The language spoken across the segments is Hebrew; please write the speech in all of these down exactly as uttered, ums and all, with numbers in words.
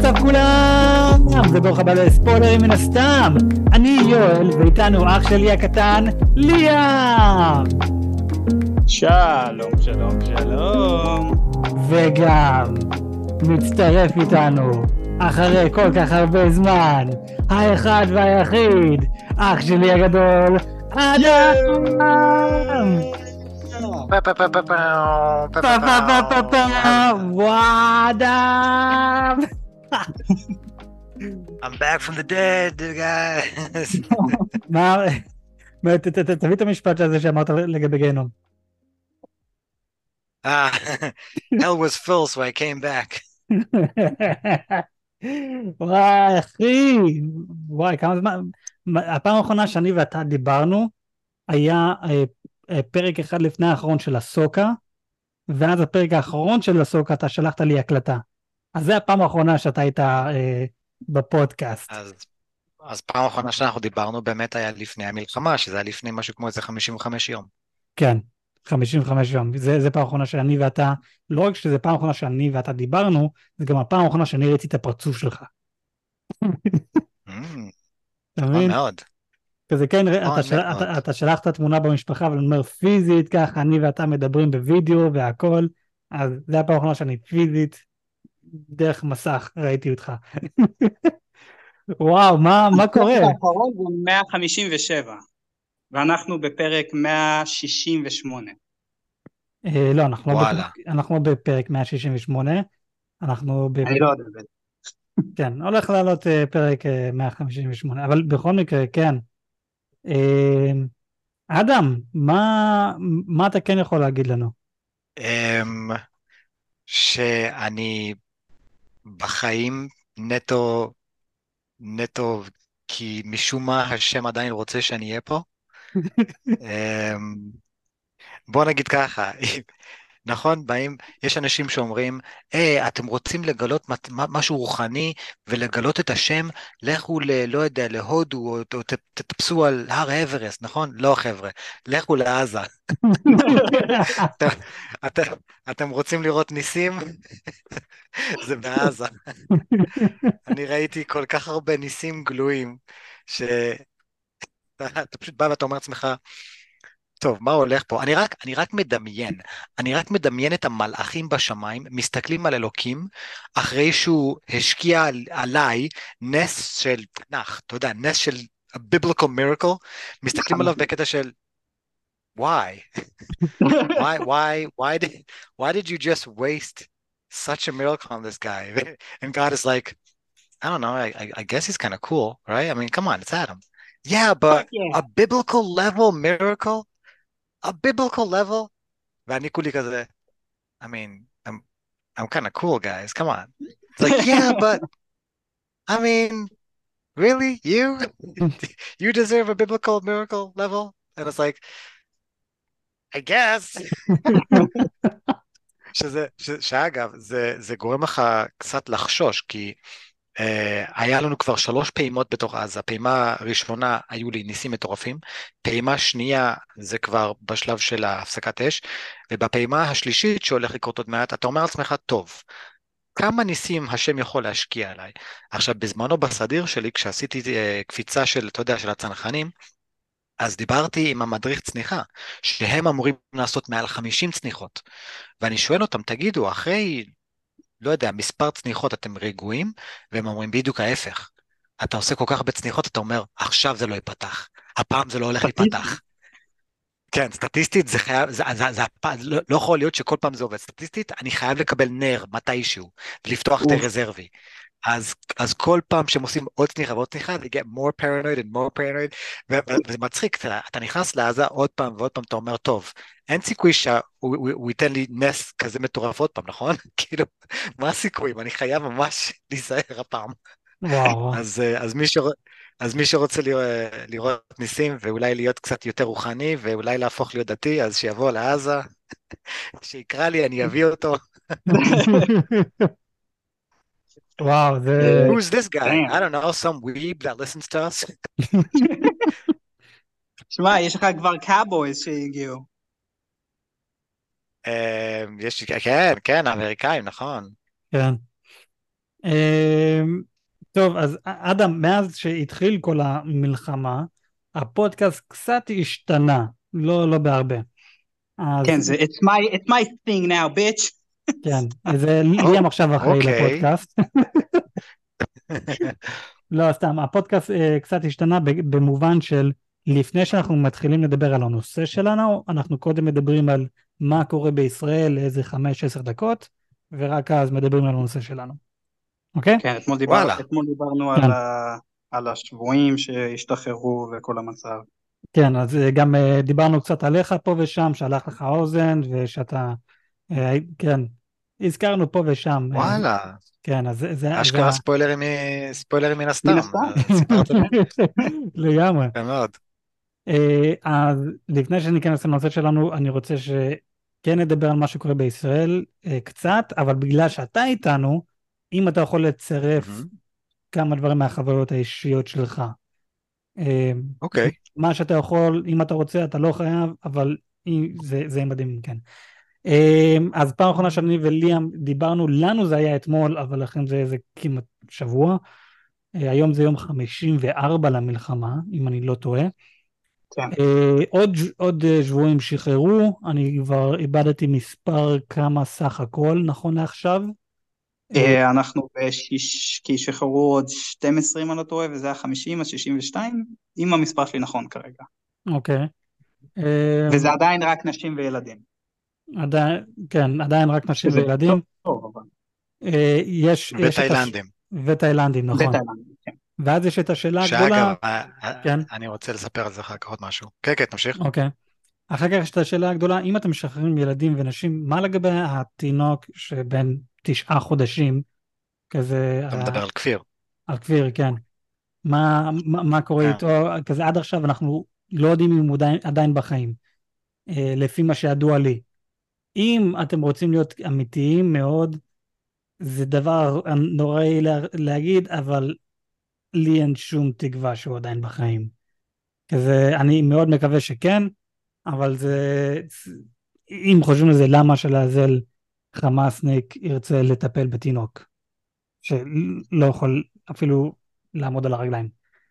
וואטסאפ כולם, זה ברוך הבא לספוילרים מן הסתם. אני יואל ואיתנו אח שלי הקטן ליאם. שלום שלום שלום. וגם מצטרף איתנו אחרי כל כך הרבה זמן האחד והיחיד אח שלי הגדול אדם. וואדם. I'm back from the dead, guys. מה, תביא את המשפט הזה שאמרת לגבי גיהנום. Ah, hell was full, so I came back. וואי אחי, וואי כמה זמן, הפעם האחרונה שאני ואתה דיברנו היה פרק אחד לפני האחרון של הסוקה, ואז הפרק האחרון של הסוקה אתה שלחת לי הקלטה, אז זה הפעם האחרונה שאתה היית אה, בפודקאסט. אז, אז פעם האחרונה שאנחנו דיברנו באמת היה לפני המלחמה, שזה היה לפני משהו כמו איזה חמישים וחמישה יום. כן, חמישים וחמישה יום, זה, זה פעם האחרונה שאני ואתה, לא רק שזה פעם האחרונה שאני ואתה דיברנו, זה גם הפעם האחרונה שאני ראיתי את הפרצוף שלך. אתה מבין? מאוד. כזה כן, אתה, של, אתה, אתה שלחת תמונה במשפחה, אבל אני אומר פיזית ככה, אני ואתה מדברים בווידאו והכל, אז זה הפעם האחרונה שאני פיזית, דרך מסך ראיתי אותך. וואו, מה, מה קורה? האחרון זה מאה חמישים ושבע, ואנחנו בפרק מאה שישים ושמונה. אה, לא, אנחנו לא, בפרק, אנחנו לא בפרק מאה שישים ושמונה, אנחנו בפרק... אני לא יודע. כן, הולך לעלות uh, פרק uh, מאה חמישים ושמונה, אבל בכל מקרה, כן. Uh, אדם, מה, מה אתה כן יכול להגיד לנו? Um, שאני בחיים נטו, נטו, כי משום מה השם עדיין רוצה שאני אהיה פה. um, בוא נגיד ככה, נכון, באים, יש אנשים שאומרים, אה, אתם רוצים לגלות משהו רוחני ולגלות את השם, לכו ל, לא יודע, להודו, או, או תטפסו על הר אברסט, נכון? לא חבר'ה, לכו לעזה. אתם, אתם, אתם רוצים לראות ניסים? זה בעזה. אני ראיתי כל כך הרבה ניסים גלויים, שאתה פשוט בא ואתה אומר לעצמך, טוב, מה הולך פה? אני רק, אני רק מדמיין, אני רק מדמיין את המלאכים בשמיים, מסתכלים על אלוקים, אחרי שהוא השקיע על, עליי נס של תנ"ך, אתה יודע, נס של a biblical miracle, מסתכלים עליו בקטע של, why? why, why, why did, why did you just waste such a miracle on this guy? And God is like, I don't know, I, I guess he's kind of cool, right? I mean, come on, it's Adam. Yeah, but yeah. A biblical level miracle? A biblical level, ואני כולי כזה, I mean, I'm, I'm kind of cool, guys, come on. It's like, yeah, but, I mean, really, you? You deserve a biblical miracle level? And it's like, I guess. שזה, ש, שאגב, זה, זה גורם לך קצת לחשוש, כי Uh, היה לנו כבר שלוש פעימות בתוך עזה, פעימה ראשונה היו לי ניסים מטורפים, פעימה שנייה זה כבר בשלב של ההפסקת אש, ובפעימה השלישית שהולך לקרות עוד מעט, אתה אומר לעצמך, טוב, כמה ניסים השם יכול להשקיע עליי? עכשיו, בזמנו בסדיר שלי, כשעשיתי uh, קפיצה של, אתה יודע, של הצנחנים, אז דיברתי עם המדריך צניחה, שהם אמורים לעשות מעל חמישים צניחות, ואני שואל אותם, תגידו, אחרי... לא יודע, מספר צניחות אתם רגועים, והם אומרים בדיוק ההפך. אתה עושה כל כך הרבה צניחות, אתה אומר, עכשיו זה לא ייפתח. הפעם זה לא הולך להיפתח. כן, סטטיסטית זה חייב, זה, זה, זה, לא, לא יכול להיות שכל פעם זה עובד. סטטיסטית, אני חייב לקבל נר מתישהו, ולפתוח את הרזרבי. אז, אז כל פעם שהם עושים עוד צניחה ועוד צניחה, they get more paranoid and more paranoid, וזה מצחיק, אתה, אתה נכנס לעזה עוד פעם ועוד פעם, אתה אומר, טוב, אין סיכוי שהוא ייתן לי נס כזה מטורף עוד פעם, נכון? כאילו, מה הסיכויים? אני חייב ממש להיזהר הפעם. וואו. אז, אז, מי שרוצ, אז מי שרוצה לראות, לראות ניסים, ואולי להיות קצת יותר רוחני, ואולי להפוך להיות דתי, אז שיבוא לעזה, שיקרא לי, אני אביא אותו. וואו, זה... Who's this guy? I don't know, some weeb that listens to us. שמע, יש לך כבר קאבויז שהגיעו. יש, כן, כן, אמריקאים, נכון. כן. אמ, טוב, אז אדם, מאז שהתחיל כל המלחמה, הפודקאסט קצת השתנה, לא, לא בהרבה. כן, אז זה, it's my, it's my thing now, bitch. כן, זה או- ליאם עכשיו אחראי אוקיי. לפודקאסט. לא, סתם, הפודקאסט אה, קצת השתנה ב- במובן של לפני שאנחנו מתחילים לדבר על הנושא שלנו, אנחנו קודם מדברים על מה קורה בישראל, איזה חמש עשר דקות, ורק אז מדברים על הנושא שלנו, אוקיי? כן, אתמול, דיבר, וואלה. אתמול דיברנו כן, על, ה, על השבויים שהשתחררו וכל המצב. כן, אז אה, גם אה, דיברנו קצת עליך פה ושם, שהלך לך האוזן, ושאתה, אה, כן, הזכרנו פה ושם, אה, וואלה. כן, אז זה, זה, זה אשכרה ספוילרים, מ- ספוילרים מן מן הסתם. הסתם. אה, סיפרת לי. לגמרי. יפה מאוד. אה, אז לפני שניכנס לנושא שלנו, אני רוצה שכן נדבר על מה שקורה בישראל אה, קצת, אבל בגלל שאתה איתנו, אם אתה יכול לצרף מהמם. כמה דברים מהחוויות האישיות שלך. אה, אוקיי. מה שאתה יכול, אם אתה רוצה, אתה לא חייב, אבל אם- זה, זה מדהים, כן. אה, אז פעם אחרונה שאני וליאם דיברנו, לנו זה היה אתמול, אבל לכם זה, זה כמעט שבוע. אה, היום זה יום חמישים וארבע למלחמה, אם אני לא טועה. כן. אה, עוד, עוד אה, שבועים שחררו, אני כבר איבדתי מספר כמה סך הכל נכון לעכשיו. אה, אה, אנחנו בשיש, כי שחררו עוד שתים עשרה אם אני לא טועה, וזה היה חמישים, אז שישים ושתיים, אם המספר שלי נכון כרגע. אוקיי. אה, וזה עדיין רק נשים וילדים. עדיין, כן, עדיין רק נשים שזה וילדים. טוב, אבל... אה, יש, יש את הש... ותאילנדים. ותאילנדים, נכון. בתאילנד, כן. ואז יש את השאלה שאגב, הגדולה, אה, אה, כן, אני רוצה לספר על זה אחר כך עוד משהו. כן, כן, תמשיך. אוקיי. אחר כך יש את השאלה הגדולה, אם אתם משחררים ילדים ונשים, מה לגבי התינוק שבין תשעה חודשים, כזה, אתה אה, מדבר על כפיר. על כפיר, כן. מה, מה, מה קורה כן. איתו, כזה עד עכשיו אנחנו לא יודעים אם הוא עדיין, עדיין בחיים, אה, לפי מה שידוע לי. אם אתם רוצים להיות אמיתיים מאוד, זה דבר נוראי לה, להגיד, אבל לי אין שום תקווה שהוא עדיין בחיים. כזה, אני מאוד מקווה שכן, אבל זה, אם חושבים לזה, למה שלעזל חמאסניק ירצה לטפל בתינוק, שלא יכול אפילו לעמוד על הרגליים.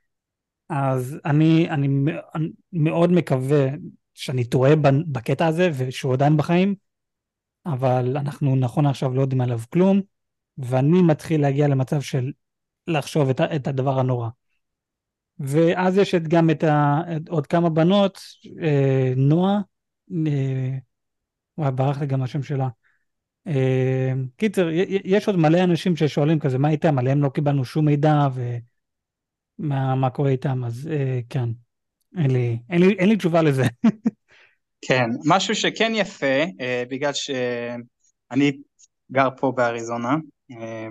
אז אני, אני מאוד מקווה שאני טועה בקטע הזה ושהוא עדיין בחיים, אבל אנחנו נכון עכשיו לא יודעים עליו כלום, ואני מתחיל להגיע למצב של לחשוב את, את הדבר הנורא. ואז יש את, גם את, ה, את עוד כמה בנות, אה, נועה, אה, וואי, ברח לי גם השם שלה. אה, קיצר, י- י- יש עוד מלא אנשים ששואלים כזה, מה איתם? עליהם לא קיבלנו שום מידע, ומה מה קורה איתם, אז אה, כן. אין לי, אין לי, אין לי תשובה לזה. כן, משהו שכן יפה, אה, בגלל שאני גר פה באריזונה, אה,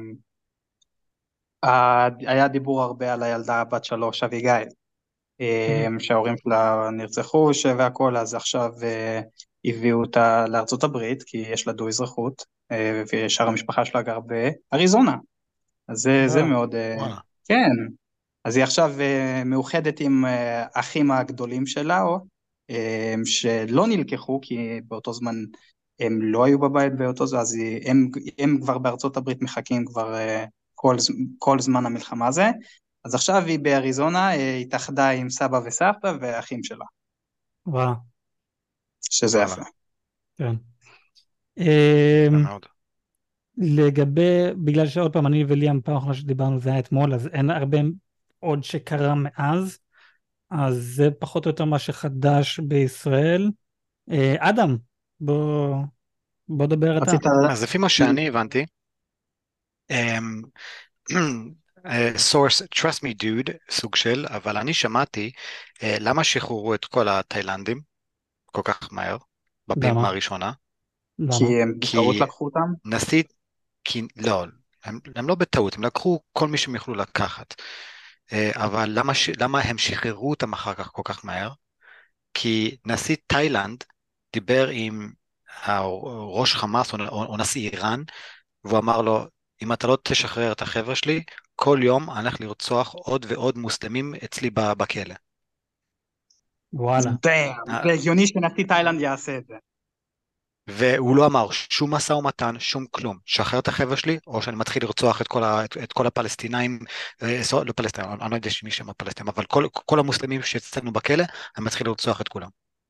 אה, היה דיבור הרבה על הילדה בת שלוש, אביגיל, אה, שההורים שלה נרצחו ש- והכל, אז עכשיו אה, הביאו אותה לארצות הברית, כי יש לה דו אזרחות, אה, ושאר המשפחה שלה גר באריזונה, אז זה, זה אה, מאוד, אה, וואלה. כן, אז היא עכשיו אה, מאוחדת עם אה, האחים הגדולים שלה, או, אה, שלא נלקחו, כי באותו זמן הם לא היו בבית באותו זמן, אז היא- הם, הם כבר בארצות הברית מחכים כבר אה, כל, ז- כל זמן המלחמה הזה, אז עכשיו היא באריזונה, אה, התאחדה עם סבא וסבתא והאחים שלה, וואו, שזה וואלה. יפה. כן. יפה אמ, מאוד. לגבי, בגלל שעוד פעם, אני וליאם פעם אחרונה שדיברנו זה היה אתמול, אז אין הרבה עוד שקרה מאז, אז זה פחות או יותר מה שחדש בישראל. אה, אדם, בוא, בוא דבר אתה. רצית... אז לפי מה שאני הבנתי, אמ, אה, source, trust me dude, סוג של, אבל אני שמעתי אה, למה שחררו את כל התאילנדים כל כך מהר, למה? בפעימה הראשונה, כי למה? הם בטעות כי לקחו אותם? נשיא, כי, לא, הם, הם לא בטעות, הם לקחו כל מי שהם יכלו לקחת, אה, אבל למה, ש, למה הם שחררו אותם אחר כך כל כך מהר? כי נשיא תאילנד דיבר עם ראש חמאס או, או, או נשיא איראן, והוא אמר לו, אם אתה לא תשחרר את החבר'ה שלי, כל יום אני הולך לרצוח עוד ועוד מוסלמים אצלי ב- בכלא. וואלה. דאם, אה, זה הגיוני שנשיא תאילנד יעשה את זה. והוא לא אמר שום משא ומתן, שום כלום. שחרר את החבר'ה שלי, או שאני מתחיל לרצוח את כל, ה, את, את כל הפלסטינאים, אה, לא פלסטינאים, אני לא יודע מי שם הפלסטינאים, אבל כל, כל המוסלמים שאצלנו בכלא, אני מתחיל לרצוח את כולם.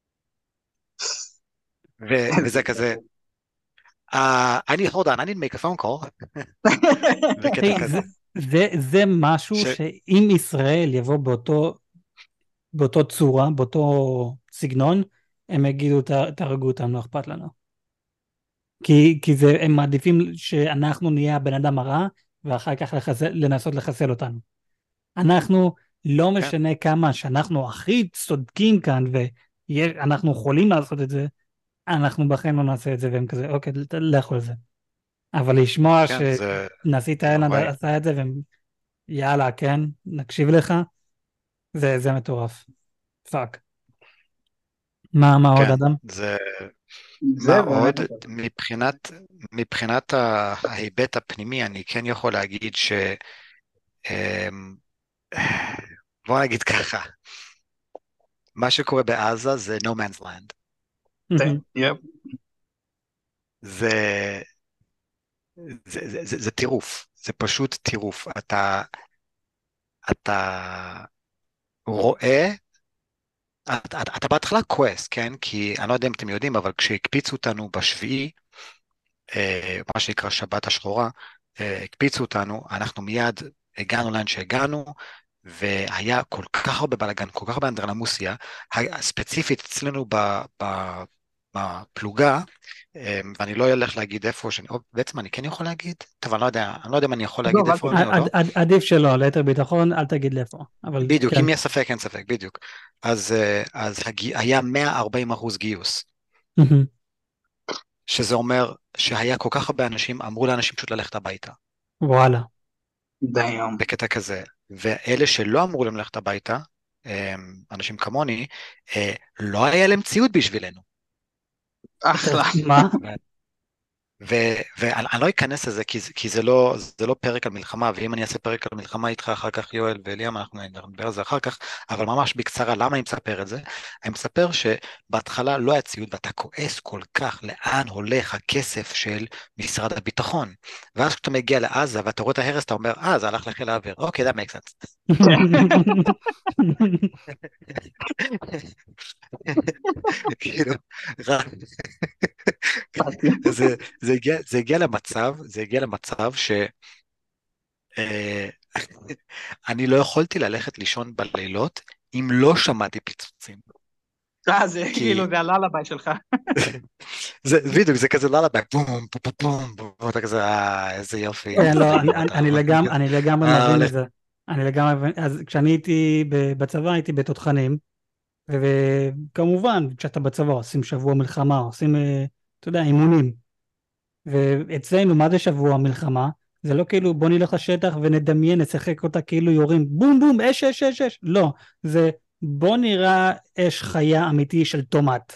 ו, איזה וזה כזה, גדול. uh, I need, hold on, I need to make a phone call, וקטע היי, זה, כזה. זה, זה משהו ש... שאם ישראל יבוא באותו, באותו צורה, באותו סגנון, הם יגידו, "ת- תהרגו אותם, לא אכפת לנו." כי, כי זה, הם מעדיפים שאנחנו נהיה הבן אדם הרע, ואחר כך לחסל, לנסות לחסל אותנו. אנחנו, לא כן, משנה כמה שאנחנו הכי צודקים כאן, ואנחנו יכולים לעשות את זה, אנחנו בכן לא נעשה את זה, והם כזה, אוקיי, ת- לכו על זה. אבל לשמוע כן, זה, שנשיא זה תאילנד נוראי. עשה את זה, והם, יאללה, כן, נקשיב לך, זה, זה מטורף. פאק. מה, מה עוד כן, אדם? זה, מה זה באמת, עוד? מבחינת, מבחינת ה- ההיבט הפנימי, אני כן יכול להגיד ש... אמ, בוא נגיד ככה, מה שקורה בעזה זה no man's land. זה, יפ. זה, זה, זה, זה, זה טירוף, זה פשוט טירוף. אתה, אתה רואה, אתה, אתה, אתה בהתחלה כועס, כן? כי אני לא יודע אם אתם יודעים, אבל כשהקפיצו אותנו בשביעי, אה, מה שנקרא שבת השחורה, אה, הקפיצו אותנו, אנחנו מיד הגענו לאן שהגענו, והיה כל כך הרבה בלאגן, כל כך הרבה אנדרלמוסיה, ה- ספציפית אצלנו ב, ב, בפלוגה, אה, ואני לא אלך להגיד איפה, שאני, או, בעצם אני כן יכול להגיד? טוב, אני לא יודע, אני לא יודע אם אני יכול להגיד עזוב, אל איפה אני תגיד. או עד- לא. עד- עדיף שלא, ליתר ביטחון, אל תגיד לאיפה, אבל בדיוק, כן. אם יש ספק, אין ספק, בדיוק. אז, אה, אז הג... היה מאה וארבעים אחוז גיוס, שזה אומר שהיה כל כך הרבה אנשים, אמרו לאנשים פשוט ללכת הביתה. וואלה. דיום. בקטע כזה, ואלה שלא אמרו להם ללכת הביתה, הם, אנשים כמוני, אה, לא היה להם ציוד בשבילנו. אחלה. מה? ו- ואני אני לא אכנס לזה, כי, זה- כי זה, לא, זה לא פרק על מלחמה, ואם אני אעשה פרק על מלחמה איתך אחר כך, יואל וליאם, אנחנו נדבר על זה אחר כך, אבל ממש בקצרה, למה אני מספר את זה? אני מספר שבהתחלה לא היה ציוד, ואתה כועס כל כך לאן הולך הכסף של משרד הביטחון. ואז כשאתה מגיע לעזה ואתה רואה את ההרס, אתה אומר, אה, זה הלך לחיל האוויר. אוקיי, that makes sense. כאילו, רק- זה, זה הגיע, זה הגיע למצב, זה הגיע למצב ש... אה, אני לא יכולתי ללכת לישון בלילות אם לא שמעתי פיצוצים. אה, זה כי כאילו, זה הללביי שלך. זה בדיוק, זה כזה ללבק, בום, בום, בום, בום, ואתה כזה, אה, איזה יופי, כן, לא, אני, תחזיקו אני, אותה. אני לגמרי, אני לגמרי אה, מבין את הולך. זה. אני לגמרי מבין, אז כשאני הייתי ב- בצבא, הייתי בתותחנים, וכמובן, כשאתה בצבא עושים שבוע מלחמה, עושים, אה, אתה יודע, אימונים. ואצלנו, מה זה שבוע מלחמה? זה לא כאילו בוא נלך לשטח ונדמיין, נשחק אותה כאילו יורים בום בום, אש אש אש אש. לא, זה בוא נראה אש חיה אמיתי של טומט.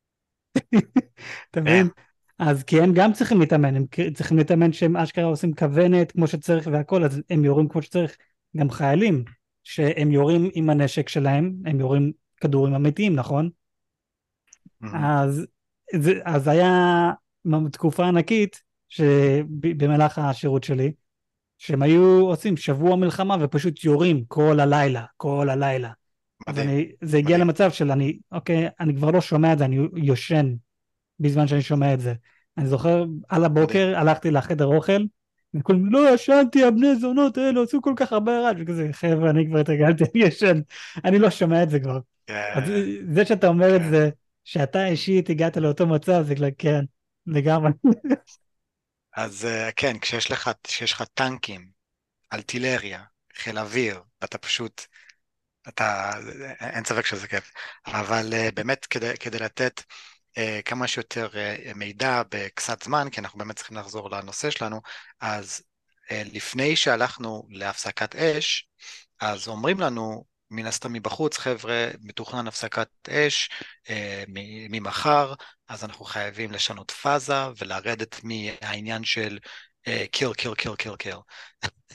אתה כן, מבין? אז כי הם גם צריכים להתאמן, הם צריכים להתאמן שהם אשכרה עושים כוונת כמו שצריך והכל, אז הם יורים כמו שצריך. גם חיילים שהם יורים עם הנשק שלהם, הם יורים כדורים אמיתיים, נכון? מהמם, אז, זה, אז היה תקופה ענקית שבמהלך השירות שלי, שהם היו עושים שבוע מלחמה ופשוט יורים כל הלילה, כל הלילה. אז מדהים, אני, זה הגיע מדהים. למצב של אני, אוקיי, אני כבר לא שומע את זה, אני יושן בזמן שאני שומע את זה. אני זוכר, על מדהים. הבוקר הלכתי לחדר אוכל, וכולם, לא ישנתי, הבני זונות האלה עשו כל כך הרבה רעש, וכזה, חבר'ה, אני כבר התרגלתי, אני ישן, אני לא שומע את זה כבר. אז כן, זה שאתה אומר את כן. זה, שאתה אישית הגעת לאותו מצב, זה כבר, כן, לגמרי. אז אה, כן, כשיש לך, כשיש לך טנקים, ארטילריה, חיל אוויר, ואתה פשוט, אתה, אין ספק שזה כיף. אבל אה, באמת כדי, כדי לתת אה, כמה שיותר אה, מידע בקצת זמן, כי אנחנו באמת צריכים לחזור לנושא שלנו, אז אה, לפני שהלכנו להפסקת אש, אז אומרים לנו, מן הסתם מבחוץ, חבר'ה, מתוכנן הפסקת אש אה, ממחר, אז אנחנו חייבים לשנות פאזה ולרדת מהעניין של אה, kill, kill, kill, kill, kill.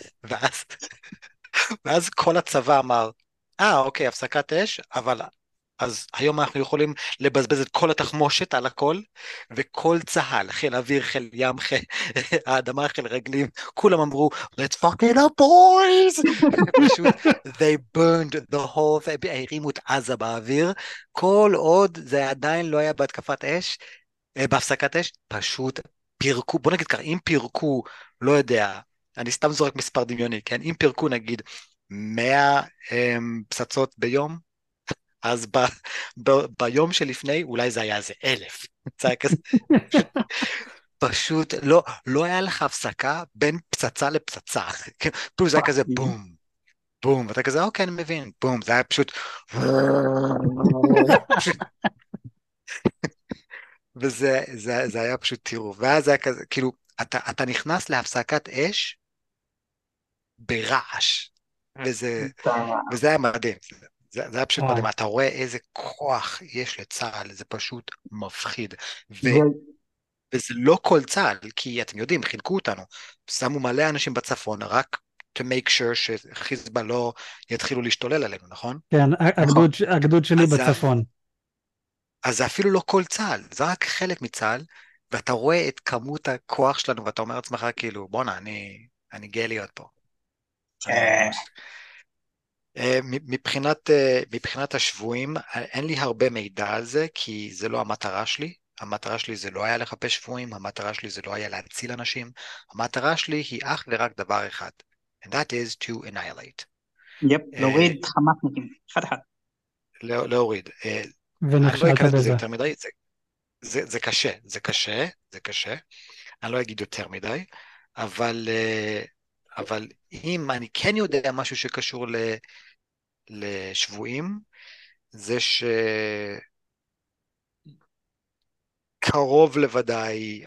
ואז, ואז כל הצבא אמר, אה, אוקיי, הפסקת אש, אבל אז היום אנחנו יכולים לבזבז את כל התחמושת על הכל, וכל צהל, חיל אוויר, חיל ים, חיל האדמה, חיל רגלים, כולם אמרו, let's fuck it up boys! פשוט, they burned the whole thing, הרימו את עזה באוויר, כל עוד זה עדיין לא היה בהתקפת אש, אה, בהפסקת אש, פשוט פירקו, בוא נגיד ככה, אם פירקו, לא יודע, אני סתם זורק מספר דמיוני, כן? אם פירקו נגיד מאה um, פצצות ביום, אז ב, ב, ביום שלפני אולי זה היה איזה אלף. זה היה כזה, פשוט, פשוט לא, לא היה לך הפסקה בין פצצה לפצצה. פשוט זה היה כזה בום, בום, ואתה כזה, אוקיי, אני מבין, בום, זה היה פשוט... וזה זה, זה היה פשוט טירוף. ואז זה היה כזה, כאילו, אתה, אתה נכנס להפסקת אש ברעש, וזה, וזה היה מדהים. זה, זה, זה היה פשוט מדהים. אתה רואה איזה כוח יש לצה"ל, זה פשוט מפחיד. ו... וזה לא כל צה"ל, כי אתם יודעים, חילקו אותנו, שמו מלא אנשים בצפון, רק to make sure שחיזבאללה לא יתחילו להשתולל עלינו, נכון? כן, הגדוד, הגדוד שלי אז בצפון. זה, אז זה אפילו לא כל צה"ל, זה רק חלק מצה"ל, ואתה רואה את כמות הכוח שלנו, ואתה אומר לעצמך כאילו, בואנה, אני, אני גאה להיות פה. אני ממש... מבחינת, מבחינת השבויים, אין לי הרבה מידע על זה, כי זה לא המטרה שלי. המטרה שלי זה לא היה לחפש שבויים, המטרה שלי זה לא היה להציל אנשים, המטרה שלי היא אך ורק דבר אחד, and that is to annihilate. יפ, להוריד חמאסניקים, אחד אחד. להוריד. אני לא אכנס בזה יותר מדי, זה קשה, זה קשה, זה קשה, אני לא אגיד יותר מדי, אבל, אבל אם אני כן יודע משהו שקשור ל... לשבויים, זה שקרוב לוודאי,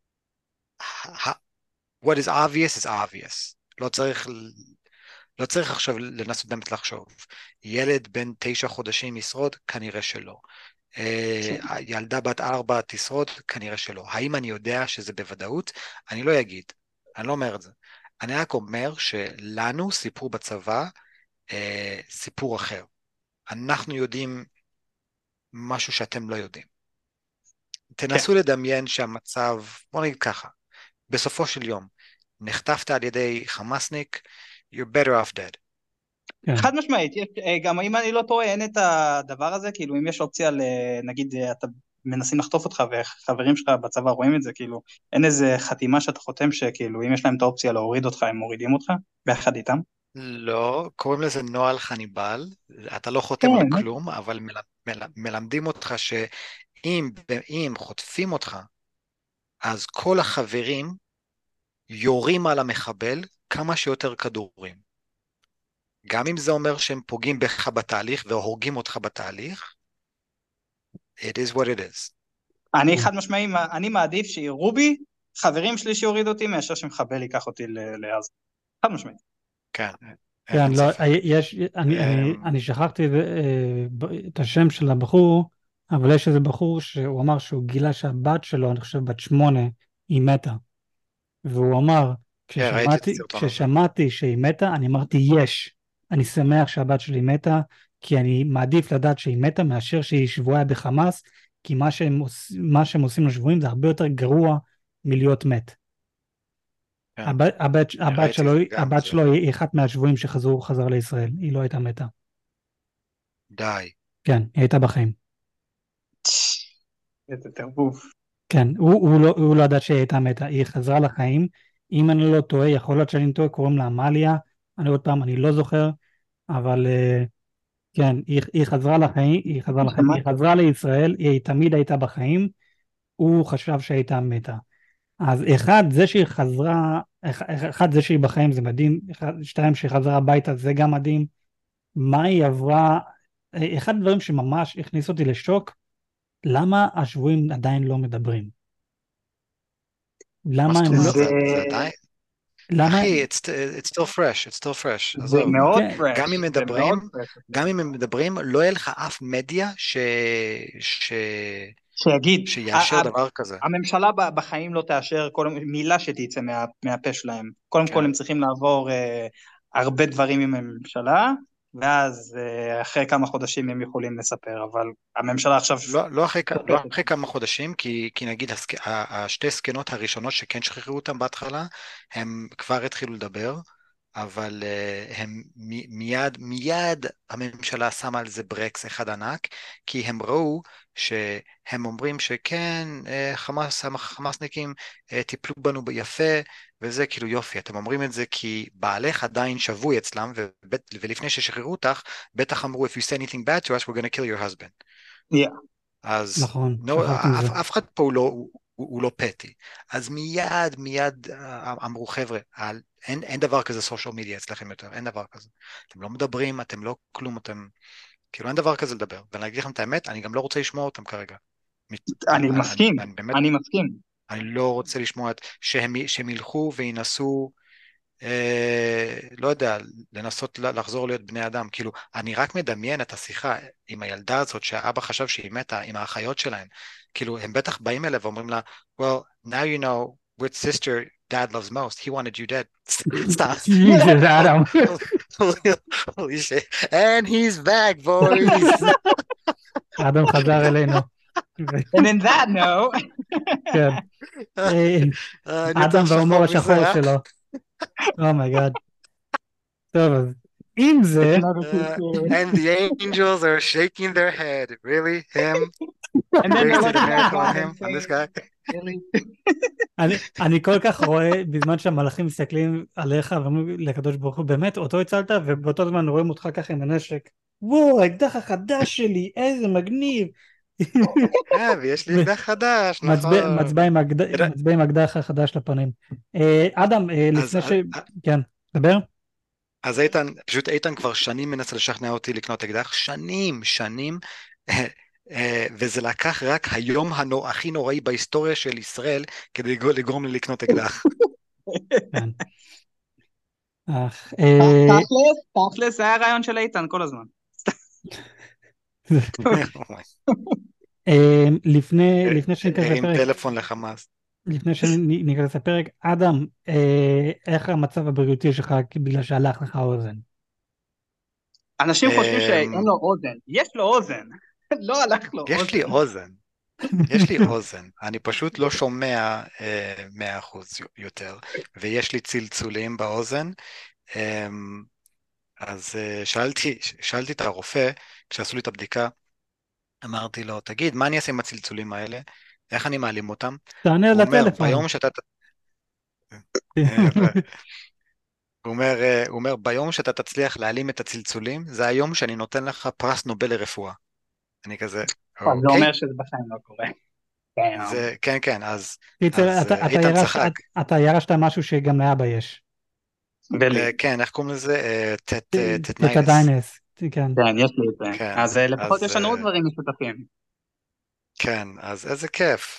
what is obvious is obvious. לא צריך, לא צריך עכשיו לנסות באמת לחשוב. ילד בן תשע חודשים ישרוד? כנראה שלא. ילדה בת ארבע תשרוד? כנראה שלא. האם אני יודע שזה בוודאות? אני לא אגיד. אני לא אומר את זה. אני רק אומר שלנו סיפרו בצבא סיפור אחר. אנחנו יודעים משהו שאתם לא יודעים. תנסו כן. לדמיין שהמצב, בוא נגיד ככה, בסופו של יום, נחטפת על ידי חמאסניק, you're better off dead. כן. חד משמעית, גם אם אני לא טועה, אין את הדבר הזה, כאילו אם יש אופציה, נגיד אתה מנסים לחטוף אותך וחברים שלך בצבא רואים את זה, כאילו אין איזה חתימה שאתה חותם שכאילו אם יש להם את האופציה להוריד אותך, הם מורידים אותך ביחד איתם? לא, קוראים לזה נוהל חניבל, אתה לא חותם על כלום, אבל מל, מל, מלמדים אותך שאם אם חוטפים אותך, אז כל החברים יורים על המחבל כמה שיותר כדורים. גם אם זה אומר שהם פוגעים בך בתהליך והורגים אותך בתהליך, it is what it is. אני חד משמעי, אני מעדיף שיראו בי חברים שלי שיוריד אותי, מאשר שמחבל ייקח אותי לעזה. חד משמעית. כן. כן, לא, יש, אני, אני, אני שכחתי את השם של הבחור, אבל יש איזה בחור שהוא אמר שהוא גילה שהבת שלו, אני חושב בת שמונה, היא מתה. והוא אמר, כששמעתי, כששמעתי שהיא מתה, אני אמרתי, יש, אני שמח שהבת שלי מתה, כי אני מעדיף לדעת שהיא מתה, מאשר שהיא שבויה בחמאס, כי מה שהם, מה שהם עושים לשבויים זה הרבה יותר גרוע מלהיות מת. הבת, הבת, הבת שלו, הבת שלו היא אחת מהשבויים שחזרו חזר לישראל, היא לא הייתה מתה. די. כן, היא הייתה בחיים. איזה טירוף. כן, הוא, הוא, לא, הוא לא ידע שהיא הייתה מתה, היא חזרה לחיים, אם אני לא טועה, יכול להיות שאני טועה, קוראים לה אמליה, אני עוד פעם, אני לא זוכר, אבל כן, היא, היא חזרה לחיים, היא חזרה לחיים, היא חזרה לישראל, היא תמיד הייתה בחיים, הוא חשב שהייתה מתה. אז אחד, זה שהיא חזרה, אחד, זה שהיא בחיים זה מדהים, אחד, שתיים, שהיא חזרה הביתה זה גם מדהים, מה היא עברה, אחד הדברים שממש הכניס אותי לשוק, למה השבויים עדיין לא מדברים? למה הם לא... זה עדיין? אחי, it's still fresh, it's still fresh. זה מאוד fresh. גם אם מדברים, גם אם הם מדברים, לא יהיה לך אף מדיה ש... שיגיד, שיאשר דבר כזה. הממשלה בחיים לא תאשר כל מילה שתצא מהפה שלהם. קודם כל הם צריכים לעבור הרבה דברים עם הממשלה, ואז אה, אחרי כמה חודשים הם יכולים לספר, אבל הממשלה עכשיו לא, לא, אחרי, כ- לא שופטת. אחרי כמה חודשים, כי, כי נגיד הסק- ה- השתי סקנות הראשונות שכן שחררו אותם בהתחלה, הם כבר התחילו לדבר, אבל uh, הם מ- מיד, מיד הממשלה שמה על זה ברקס אחד ענק, כי הם ראו שהם אומרים שכן, uh, חמאס, החמאסניקים uh, טיפלו בנו יפה, וזה כאילו יופי, אתם אומרים את זה כי בעלך עדיין שבוי אצלם, ובט, ולפני ששחררו אותך, בטח אמרו, if you say anything bad to us, we're going to kill your husband. Yeah. אז נכון, no, שכחתי מזה. אף, אף אחד פה הוא לא, הוא, הוא לא פטי. אז מיד, מיד אה, אמרו, חבר'ה, אל, אין, אין דבר כזה סושיאל מדיה אצלכם יותר, אין דבר כזה. אתם לא מדברים, אתם לא כלום, אתם, כאילו אין דבר כזה לדבר. ואני אגיד לכם את האמת, אני גם לא רוצה לשמוע אותם כרגע. מת- אני אני, אני, מסכים, אני באמת, אני מסכים. אני לא רוצה לשמוע את, שהם, שהם ילכו וינסו, אה, לא יודע, לנסות לחזור להיות בני אדם. כאילו, אני רק מדמיין את השיחה עם הילדה הזאת שהאבא חשב שהיא מתה, עם האחיות שלהם. כאילו, הם בטח באים אליה ואומרים לה, well, now you know which sister dad loves most. He wanted you dead. Stop. Jesus, אדם. Holy shit. And he's back, boys. אדם חזר אלינו. And in that note, כן. אה, אה, אני יותר אדם וההומור שחור השחור מזה, אה? שלו. אומייגאד. טוב, אז עם זה, it's not a Uh, secret. and the angels are shaking their head. Really? Him? And then they're Wasted looking at America on God him? and On this saying, guy? really? אני, אני כל כך רואה בזמן שהמלאכים מסתכלים עליך ואומרים לקדוש ברוך הוא, באמת אותו הצלת, ובאותו זמן רואים אותך ככה עם הנשק. וואו, האקדח החדש שלי, איזה מגניב. אה, ויש לי אקדח חדש, מצביע נכון. מצביע עם האקדח- תראה, מצביע עם האקדח החדש לפנים. אה, אדם, אה, אז, לפני ש... אז, כן, דבר. אז איתן, פשוט איתן כבר שנים מנסה לשכנע אותי לקנות אקדח, שנים, שנים, אה, אה, וזה לקח רק היום הנור, הכי נוראי בהיסטוריה של ישראל, כדי לגרום לגרום לי לקנות אקדח. כן. אך, אה, תכלס, תכלס, זה היה הרעיון של איתן כל הזמן. אה, לפני לפני שניכנס הרים לפרק, טלפון לחמאס. לפני שניכנס לפרק, אדם, אה, איך המצב הבריאותי שלך בגלל שהלך לך האוזן? אנשים חושבים שאין אמ, לו אוזן. יש לו אוזן. לא הלך לו יש לי אוזן. אוזן. יש לי אוזן, אני פשוט לא שומע מאה אחוז יותר, ויש לי צלצולים באוזן, אה, אז אה, שאלתי, שאלתי את הרופא, כשעשו לי את הבדיקה, אמרתי לו, תגיד, מה אני אעשה עם הצלצולים האלה? איך אני מעלים אותם? תענה על הוא אומר, הטלפון. ביום שאתה... אה, יפה. הוא אומר, אה, הוא אומר, ביום שאתה תצליח להעלים את הצלצולים, זה היום שאני נותן לך פרס נובל לרפואה. אני כזה, אז זה אוקיי, אומר שזה בחיים לא קורה. Damn. זה, כן, כן, אז, קיצר, אז אתה אה, אתה איתן ירשת- צחק. אתה ירשת משהו שגם לאבא יש. ולי. אה, כן, איך קוראים לזה? אה, טט אה, את טטניינס. הדיינס, כן. כן, יש לי את זה. כן, אז אה, לפחות אז יש לנו עוד אה, דברים משותפים. כן, אז איזה כיף.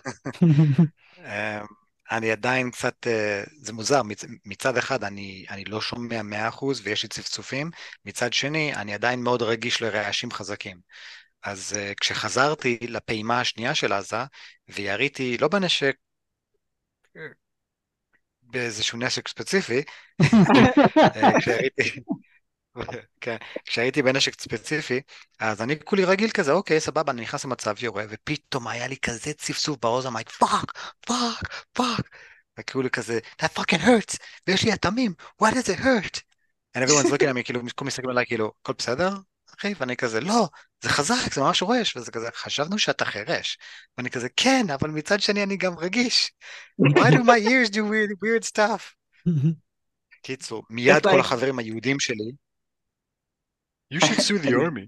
אה, אני עדיין קצת, אה, זה מוזר, מצ- מצד אחד אני, אני לא שומע מאה אחוז ויש לי צפצופים, מצד שני אני עדיין מאוד רגיש לרעשים חזקים. אז אה, כשחזרתי לפעימה השנייה של עזה, ויריתי לא בנשק, אה, באיזשהו נשק ספציפי, אה, כשהייתי, כן, כשהייתי בנשק ספציפי, אז אני כולי רגיל כזה, אוקיי, סבבה, אני נכנס למצב יורה, ופתאום היה לי כזה צפצוף באוזן, אמרתי, פאק, פאק, פאק, וכאילו כזה, that fucking hurts, ויש לי אטמים, why does it hurt? And everyone's looking at me, כאילו, כולם מסתכלים עליי, כאילו, הכל בסדר, אחי? ואני כזה, לא, זה חזק, זה ממש רועש, וזה כזה, חשבנו שאתה חירש, ואני כזה, כן, אבל מצד שני אני גם רגיש, why do my ears do weird, weird stuff? קיצור, מיד It's כל like- החברים היהודים שלי, you should sue the army.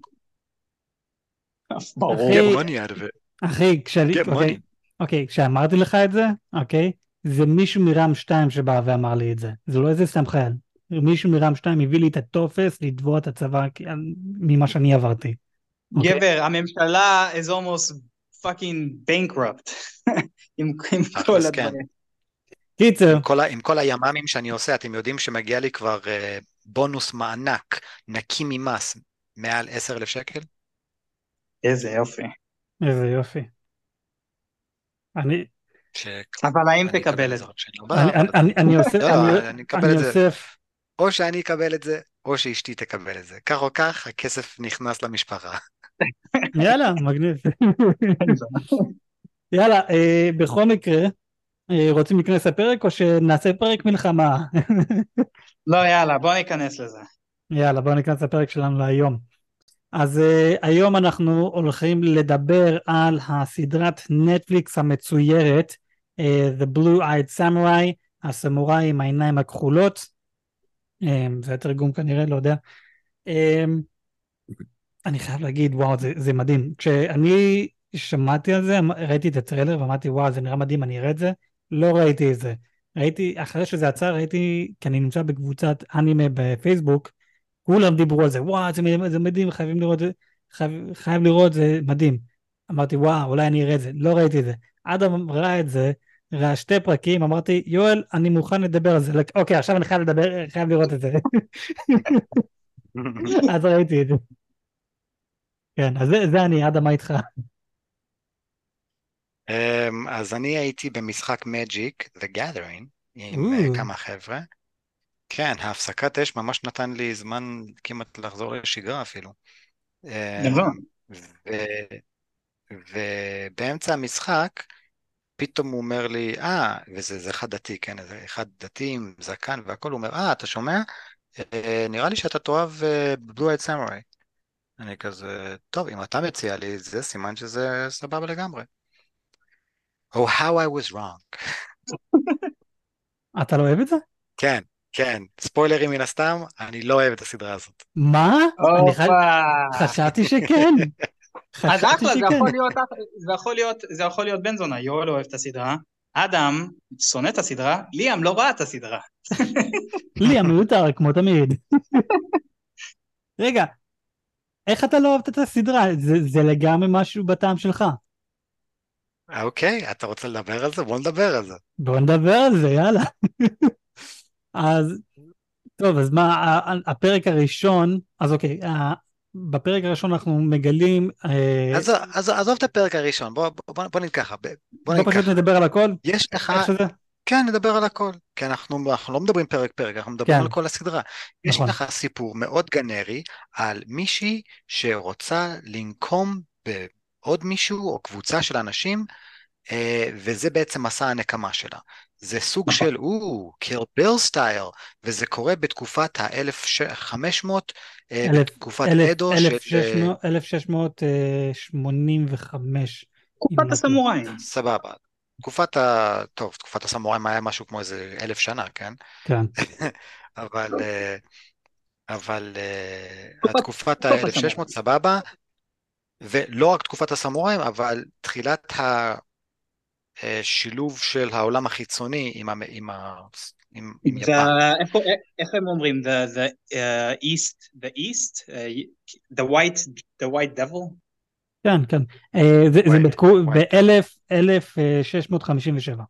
ברור. אחי, Get money out of it. אחי, כשאני, Get אוקיי, money. אוקיי, כשאמרתי לך את זה, אוקיי, זה מישהו מרם שתיים שבא ואמר לי את זה. זה לא איזה סתם חייל. מישהו מרם שתיים הביא לי את הטופס לתבוע את הצבא כי- ממה שאני עברתי. אוקיי? גבר, הממשלה is almost fucking bankrupt. עם עם כל תכלס, כן. הדברים. קיצר, עם כל, ה, עם כל הימ"מים שאני עושה, אתם יודעים שמגיע לי כבר אה, בונוס מענק נקי ממס מעל עשרת אלפים שקל? איזה יופי. איזה יופי. אני, ש... אבל האם אני תקבל אקבל את את זה? זה רק שנה אני, הבאה, אבל... אני, אני אוסף, לא, לא, אני, אני אקבל אני את זה. אוסף, או שאני אקבל את זה, או שאשתי תקבל את זה. כך או כך, הכסף נכנס למשפחה. יאללה, מגניב. יאללה, אה, בכל מקרה, אה, רוצים להיכנס לפרק או שנעשה פרק מלחמה? לא, יאללה, בוא ניכנס לזה. יאללה, בואו ניכנס לפרק שלנו להיום. אז uh, היום אנחנו הולכים לדבר על הסדרת נטפליקס המצוירת, uh, The Blue Eyed Samurai, הסמוראי עם העיניים הכחולות. Um, זה התרגום כנראה, לא יודע. Um, אני חייב להגיד, וואו, זה, זה מדהים. כשאני שמעתי על זה, ראיתי את הטריילר ואמרתי, וואו, זה נראה מדהים, אני אראה את זה. לא ראיתי את זה. ראיתי, אחרי שזה יצא, ראיתי, כי אני נמצא בקבוצת אנימה בפייסבוק, כולם דיברו על זה, וואו, זה מדהים, זה מדהים, חייבים לראות, חייב, חייב לראות, זה מדהים. אמרתי, וואו, אולי אני אראה את זה. לא ראיתי את זה. אדם ראה את זה, ראה שתי פרקים, אמרתי, יואל, אני מוכן לדבר על זה. אוקיי, עכשיו אני חייב לדבר, חייב לראות את זה. אז ראיתי את זה. כן, אז זה, זה אני, אדם, מה איתך? אמ, אז אני הייתי במשחק Magic The Gathering עם אה, או, כמה חבר'ה. כן, ההפסקת אש ממש נתן לי זמן כמעט לחזור לשגרה אפילו. דבר. אמ, ו- ובאמצע המשחק, פתאום הוא אומר לי, אה, וזה זה אחד דתי, כן, זה אחד דתי עם זקן והכל, הוא אומר, אה, אתה שומע? אה, נראה לי שאתה תאהב אה, Blue Eyed Samurai. אני כזה, טוב, אם אתה מציע לי את זה, סימן שזה סבבה לגמרי. Oh, how I was wrong. אתה לא אוהב את זה? כן, כן, ספוילרים מן הסתם, אני לא אוהב את הסדרה הזאת. מה? אני ח... הופה. חשבתי שכן. אז חשבתי אחלה, זה שכן. יכול להיות, זה יכול להיות, זה יכול להיות בן זונה, יואל אוהב את הסדרה, אדם שונא את הסדרה, ליאם לא ראה את הסדרה. לי המיותר, כמו תמיד. רגע, איך אתה לא אוהבת את הסדרה? זה, זה לגמרי משהו בטעם שלך. אוקיי, אתה רוצה לדבר על זה? בוא נדבר על זה. בוא נדבר על זה, יאללה. אז, טוב, אז מה, ה- ה- הפרק הראשון, אז אוקיי, ה- בפרק הראשון אנחנו מגלים, אה, אז אז- עזוב את הפרק הראשון, בוא בוא- בוא- בוא נגיד ככה, ב- בוא בוא נגיד פשוט ככה. נדבר על הכל, יש לך, איך שזה? כן, נדבר על הכל, כי אנחנו אנחנו לא מדברים פרק פרק, אנחנו מדברים כן, על כל הסדרה. יש נכון. לך סיפור מאוד גנרי על מישהי שרוצה לנקום בעוד מישהו או קבוצה של אנשים, אה, וזה בעצם מסע הנקמה שלה. זה סוג נכון. של, או, קיל ביל סטייל, וזה קורה בתקופת ה-אלף וחמש מאות, אה, אלף, בתקופת אלף, אדו של, אלף שש אה, מאות, אלף שש מאות שמונים וחמש, אם תקופת לא טועה. הסמוראים. סבבה. תקופת ה... טוב, תקופת הסמוראים היה משהו כמו איזה אלף שנה, כן? כן. אבל, אה, אבל אה, תקופת, התקופת תקופת ה-אלף ושש מאות הסמוראים. סבבה, ולא רק תקופת הסמוראים, אבל תחילת השילוב של העולם החיצוני עם, המ- עם, ה... עם, עם יפן. The- איפה- איך הם אומרים? The, the uh, East, the East, uh, the white, the white devil? כן, כן. אה, זה, זה וואי, בתקו... וואי, ב-אלף, אלף שש מאות חמישים ושבע.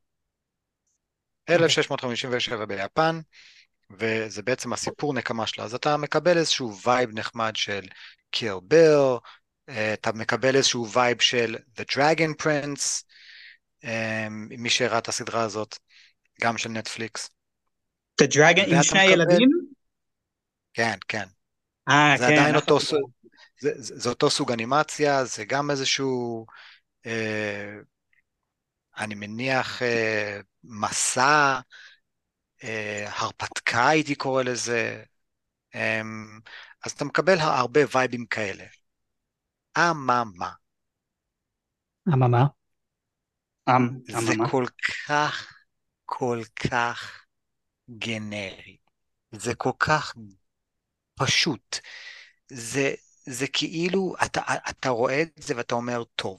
אוקיי. אלף שש מאות חמישים ושבע ביפן, וזה בעצם הסיפור נקמה שלה. אז אתה מקבל איזשהו וייב נחמד של קיל ביל, אתה מקבל איזשהו וייב של The Dragon Prince, אה, מי שראה את הסדרה הזאת, גם של נטפליקס. The dragon עם ואתה שני מקבל, הילדים? כן, כן, אה, זה כן, עדיין אחלה אותו סדרה. סוג, זה, זה, זה אותו סוג אנימציה, זה גם איזשהו, אה, אני מניח, אה, מסע, אה, הרפתקה הייתי קורא לזה, אה, אז אתה מקבל הרבה וייבים כאלה. אממה, אממה? אמ, זה אממה. כל כך, כל כך גנרי, זה כל כך פשוט, זה, זה כאילו, אתה, אתה רואה את זה ואתה אומר, טוב,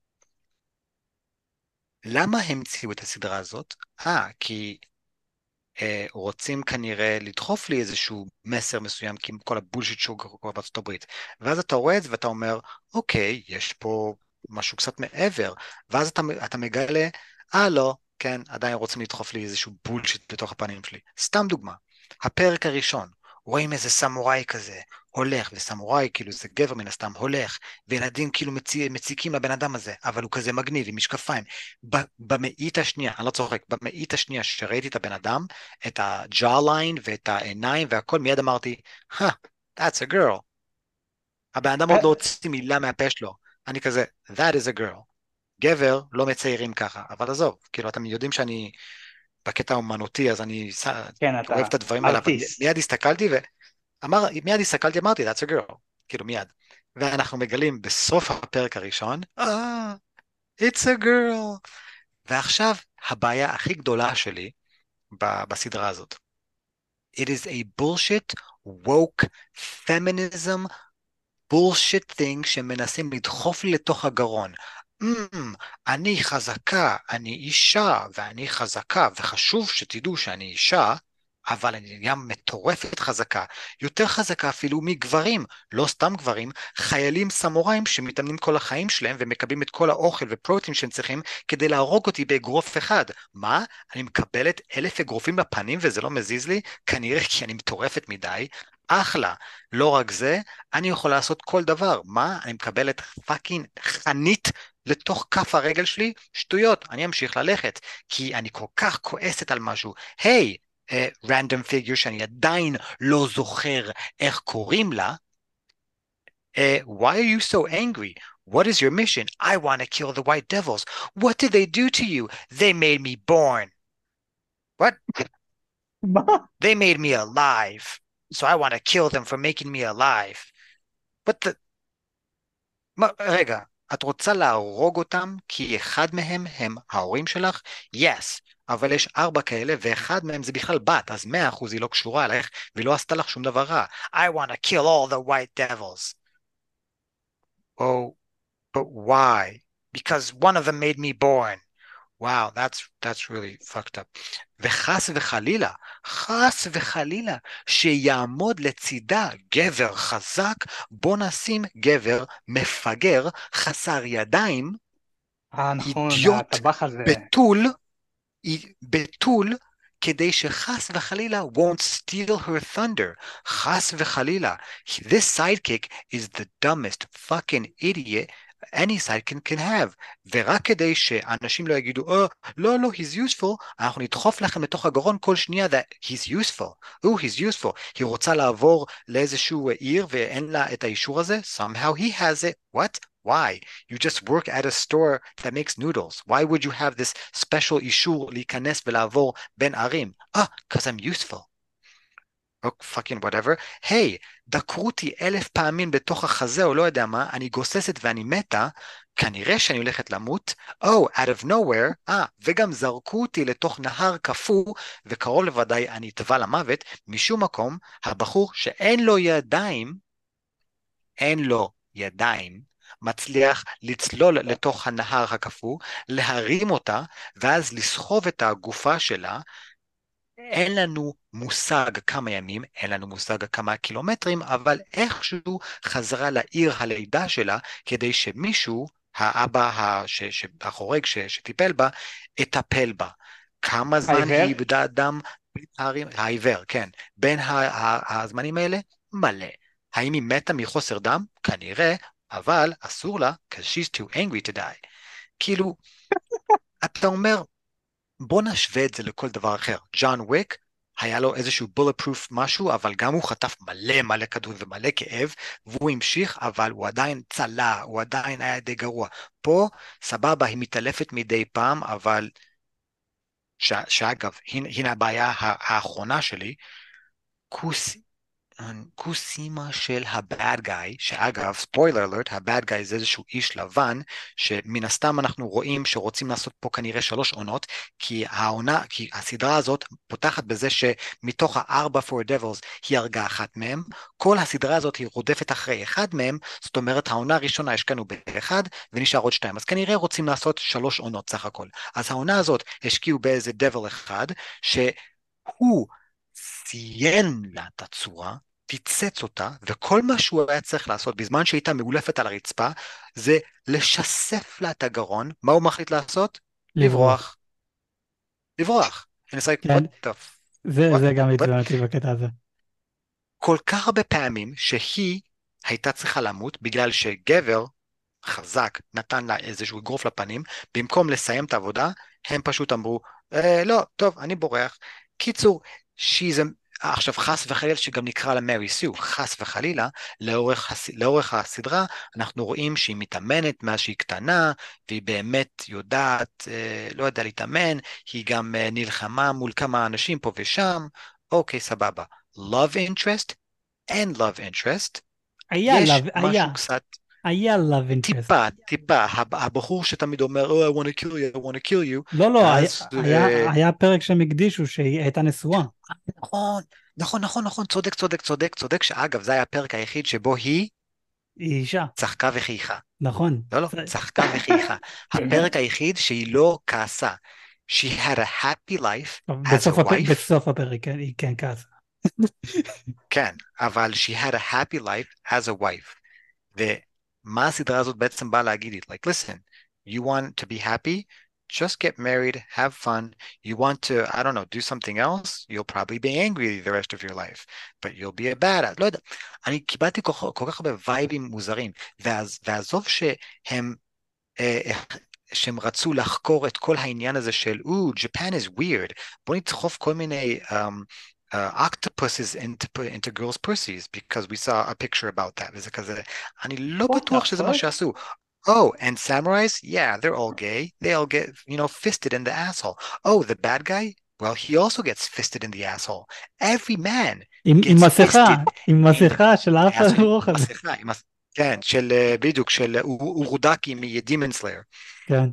למה המציאו את הסדרה הזאת? אה, כי אה, רוצים כנראה לדחוף לי איזשהו מסר מסוים, כי עם כל הבולשיט שהוא קורה בארצות הברית. ואז אתה רואה את זה ואתה אומר, אוקיי, יש פה משהו קצת מעבר, ואז אתה, אתה מגלה, אה לא, כן, עדיין רוצים לדחוף לי איזשהו בולשיט בתוך הפנים שלי. סתם דוגמה, הפרק הראשון, רואים איזה סמוראי כזה, הולך, וסמוראי כאילו זה גבר מן הסתם, הולך, וילדים כאילו מצי, מציקים לבן אדם הזה, אבל הוא כזה מגניב עם משקפיים. ב- במאית השנייה, אני לא צוחק, במאית השנייה שראיתי את הבן אדם, את הג'אליין ואת העיניים והכל, מיד אמרתי, huh, that's a girl. הבן אדם עוד לא הוציא מילה מהפה שלו. אני כזה, that is a girl. גבר לא מציירים ככה, אבל עזוב, כאילו אתם יודעים שאני בקטע האומנותי, אז אני ס- כן, אוהב אתה את הדברים האלה, אבל ארטיסט. מיד הסתכלתי ואמר, מיד הסתכלתי, אמרתי, that's a girl, כאילו מיד. ואנחנו מגלים בסוף הפרק הראשון, אה, it's a girl. ועכשיו, הבעיה הכי גדולה שלי ב- בסדרה הזאת, it is a bullshit, woke, feminism, bullshit thing שמנסים לדחוף לי לתוך הגרון. Mm, אני חזקה, אני אישה, ואני חזקה, וחשוב שתדעו שאני אישה, אבל אני גם מטורפת חזקה, יותר חזקה אפילו מגברים, לא סתם גברים, חיילים סמוראים שמתאמנים כל החיים שלהם ומקבלים את כל האוכל ופרוטין שהם צריכים כדי להרוג אותי באגרוף אחד. מה? אני מקבלת אלף אגרופים בפנים וזה לא מזיז לי? כנראה כי אני מטורפת מדי. אחלה. לא רק זה, אני יכול לעשות כל דבר. מה? אני מקבל את פאקינג חנית לתוך כף הרגל שלי? שטויות, אני אמשיך ללכת, כי אני כל כך כועסת על משהו. היי, רנדום פיגור שאני עדיין לא זוכר איך קוראים לה, uh, why are you so angry? What is your mission? I want to kill the white devils. What did they do to you? They made me born. What? מה? They made me alive. So I want to kill them for making me alive. What the... מה, רגע, את רוצה להרוג אותם כי אחד מהם הם ההורים שלך? Yes, אבל יש ארבע כאלה ואחד מהם זה בכלל בת, אז מאה אחוז היא לא קשורה אלייך והיא לא עשתה לך שום דבר רע. I want to kill all the white devils. Oh, but why? Because one of them made me born. Wow, that's that's really fucked up. וחס וחלילה, חס וחלילה, שיעמוד לצידה גבר חזק, בוא נשים גבר מפגר, חסר ידיים, אה, נכון, אידיוט, הטבח הזה. בתול, בתול, כדי שחס וחלילה won't steal her thunder. חס וחלילה. This sidekick is the dumbest fucking idiot any sidekick can have. ורק כדי שאנשים לא יגידו, oh, לא, לא, he's useful, אנחנו נדחוף לכם לתוך הגרון כל שנייה that he's useful. Oh, he's useful. היא רוצה לעבור לאיזשהו עיר ואין לה את האישור הזה? Somehow he has it. What? Why? You just work at a store that makes noodles. Why would you have this special אישור להיכנס ולעבור בין ערים? Ah, because I'm useful. Oh, fucking whatever. היי, דקרו אותי אלף פעמים בתוך החזה או לא יודע מה, אני גוססת ואני מתה, כנראה שאני הולכת למות. Oh, out of nowhere. אה, וגם זרקו אותי לתוך נהר קפוא, וקרוב לוודאי אני אטבע למוות, משום מקום, הבחור שאין לו ידיים, אין לו ידיים, מצליח לצלול לתוך הנהר הקפוא, להרים אותה, ואז לסחוב את הגופה שלה. אין לנו מושג כמה ימים, אין לנו מושג כמה קילומטרים, אבל איכשהו חזרה לעיר הלידה שלה, כדי שמישהו, האבא ש, ש, החורג ש, שטיפל בה, יטפל בה. כמה זמן העיוור? היא איבדה דם? העיוור, כן. בין ה, ה, הזמנים האלה? מלא. האם היא מתה מחוסר דם? כנראה, אבל אסור לה, because she's too angry to die. כאילו, אתה אומר, בוא נשווה את זה לכל דבר אחר. ג'ון וויק, היה לו איזשהו bulletproof משהו, אבל גם הוא חטף מלא מלא כדור ומלא כאב, והוא המשיך, אבל הוא עדיין צלה, הוא עדיין היה די גרוע. פה, סבבה, היא מתעלפת מדי פעם, אבל, ש, שאגב, הנה, הנה הבעיה האחרונה שלי, כוס, קוסימה של הבאד גאי, שאגב, ספוילר אלרט, הבאד גאי זה איזשהו איש לבן, שמן הסתם אנחנו רואים שרוצים לעשות פה כנראה שלוש עונות, כי העונה, כי הסדרה הזאת פותחת בזה שמתוך הארבע פור דבלס היא הרגה אחת מהם, כל הסדרה הזאת היא רודפת אחרי אחד מהם, זאת אומרת העונה הראשונה השקענו באחד, ונשאר עוד שתיים, אז כנראה רוצים לעשות שלוש עונות סך הכל. אז העונה הזאת השקיעו באיזה דבל אחד, שהוא ציין לה את הצורה, פיצץ אותה, וכל מה שהוא היה צריך לעשות בזמן שהייתה מעולפת על הרצפה, זה לשסף לה את הגרון. מה הוא מחליט לעשות? לברוח. לברוח. And it's like, כן, what the זה, what? זה גם What? עצבן אותי בקטע הזה. כל כך הרבה פעמים שהיא הייתה צריכה למות בגלל שגבר חזק נתן לה איזשהו אגרוף לפנים, במקום לסיים את העבודה, הם פשוט אמרו, אה, לא, טוב, אני בורח. קיצור, she's a... עכשיו חס וחלילה שגם נקרא לה מרי סו, חס וחלילה, לאורך, הס... לאורך הסדרה אנחנו רואים שהיא מתאמנת מאז שהיא קטנה, והיא באמת יודעת, אה, לא יודע להתאמן, היא גם אה, נלחמה מול כמה אנשים פה ושם, אוקיי, סבבה. Love interest and love interest, היה יש love, משהו היה, קצת היה love interest. טיפה, טיפה, הב- הבחור שתמיד אומר, oh, I want to kill you, I want to kill you, לא, לא, היה, ואז, היה, אה, היה פרק שהם הקדישו שהיא הייתה נשואה. נכון, נכון, נכון, נכון, צודק, צודק, צודק, צודק, שאגב, זה היה הפרק היחיד שבו היא היא אישה, צחקה וחייכה. נכון. לא, לא, זה- צחקה וחייכה. הפרק היחיד שהיא לא כעסה. She had a happy life as בסוף, a הפ... wife, בסוף הפרק כן, היא כן כעסה. כן, אבל she had a happy life as a wife. ומה הסדרה הזאת בעצם באה להגיד לי? Like, listen, you want to be happy? Just get married, have fun. You want to, I don't know, do something else? You'll probably be angry the rest of your life, but you'll be a badass. לא יודע, אני קיבלתי כל, כל כך הרבה וייבים מוזרים, ואז, ועזוב שהם, אה, אה, שהם רצו לחקור את כל העניין הזה של, ooh, Japan is weird. בוא נדחוף כל מיני um, uh, octopuses into, into girls' pussies, because we saw a picture about that. וזה כזה, אני לא What בטוח the שזה מה fuck? שעשו. Oh, and samurais? Yeah, they're all gay. They all get, you know, fisted in the asshole. Oh, the bad guy? Well, he also gets fisted in the asshole. Every man עם, עם gets מסכה, fisted עם in מסכה של the אף asshole. הרוח הזה. מסכה, עם מס- כן, של, אה, בדיוק, של אורודקי מ-Demon Slayer. כן.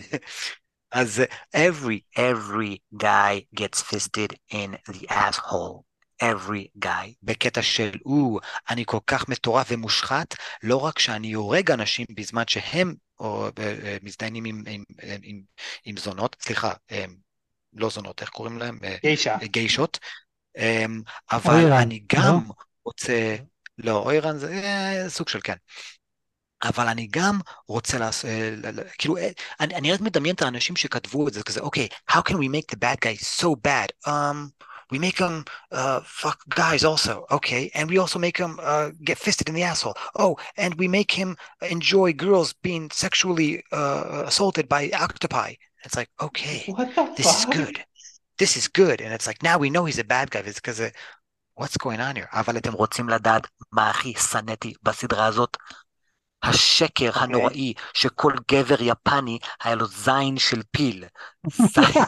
אז every, every guy gets fisted in the asshole. every guy. בקטע של, או, אני כל כך מטורף ומושחת, לא רק שאני הורג אנשים בזמן שהם או, אה, מזדיינים עם, עם, עם, עם, עם זונות, סליחה, אה, לא זונות, איך קוראים להם? אה, גיישה. גיישות. אה, או אבל איראן, אני לא? גם רוצה, לא, או איראן זה אה, סוג של כן. אבל אני גם רוצה לעשות, כאילו, אני, אני רק מדמיין את האנשים שכתבו את זה, כזה, אוקיי, how can we make the bad guy so bad? Um, we make him uh, fuck guys also, okay, and we also make him uh, get fisted in the asshole. Oh, and we make him enjoy girls being sexually uh, assaulted by octopi. It's like, okay, What the this is fuck? good. This is good. And it's like, now we know he's a bad guy. It's because of, what's going on here? אבל אתם רוצים לדעת מה הכי שנאתי בסדרה הזאת? השקר אוקיי. הנוראי שכל גבר יפני היה לו זין של פיל. זין.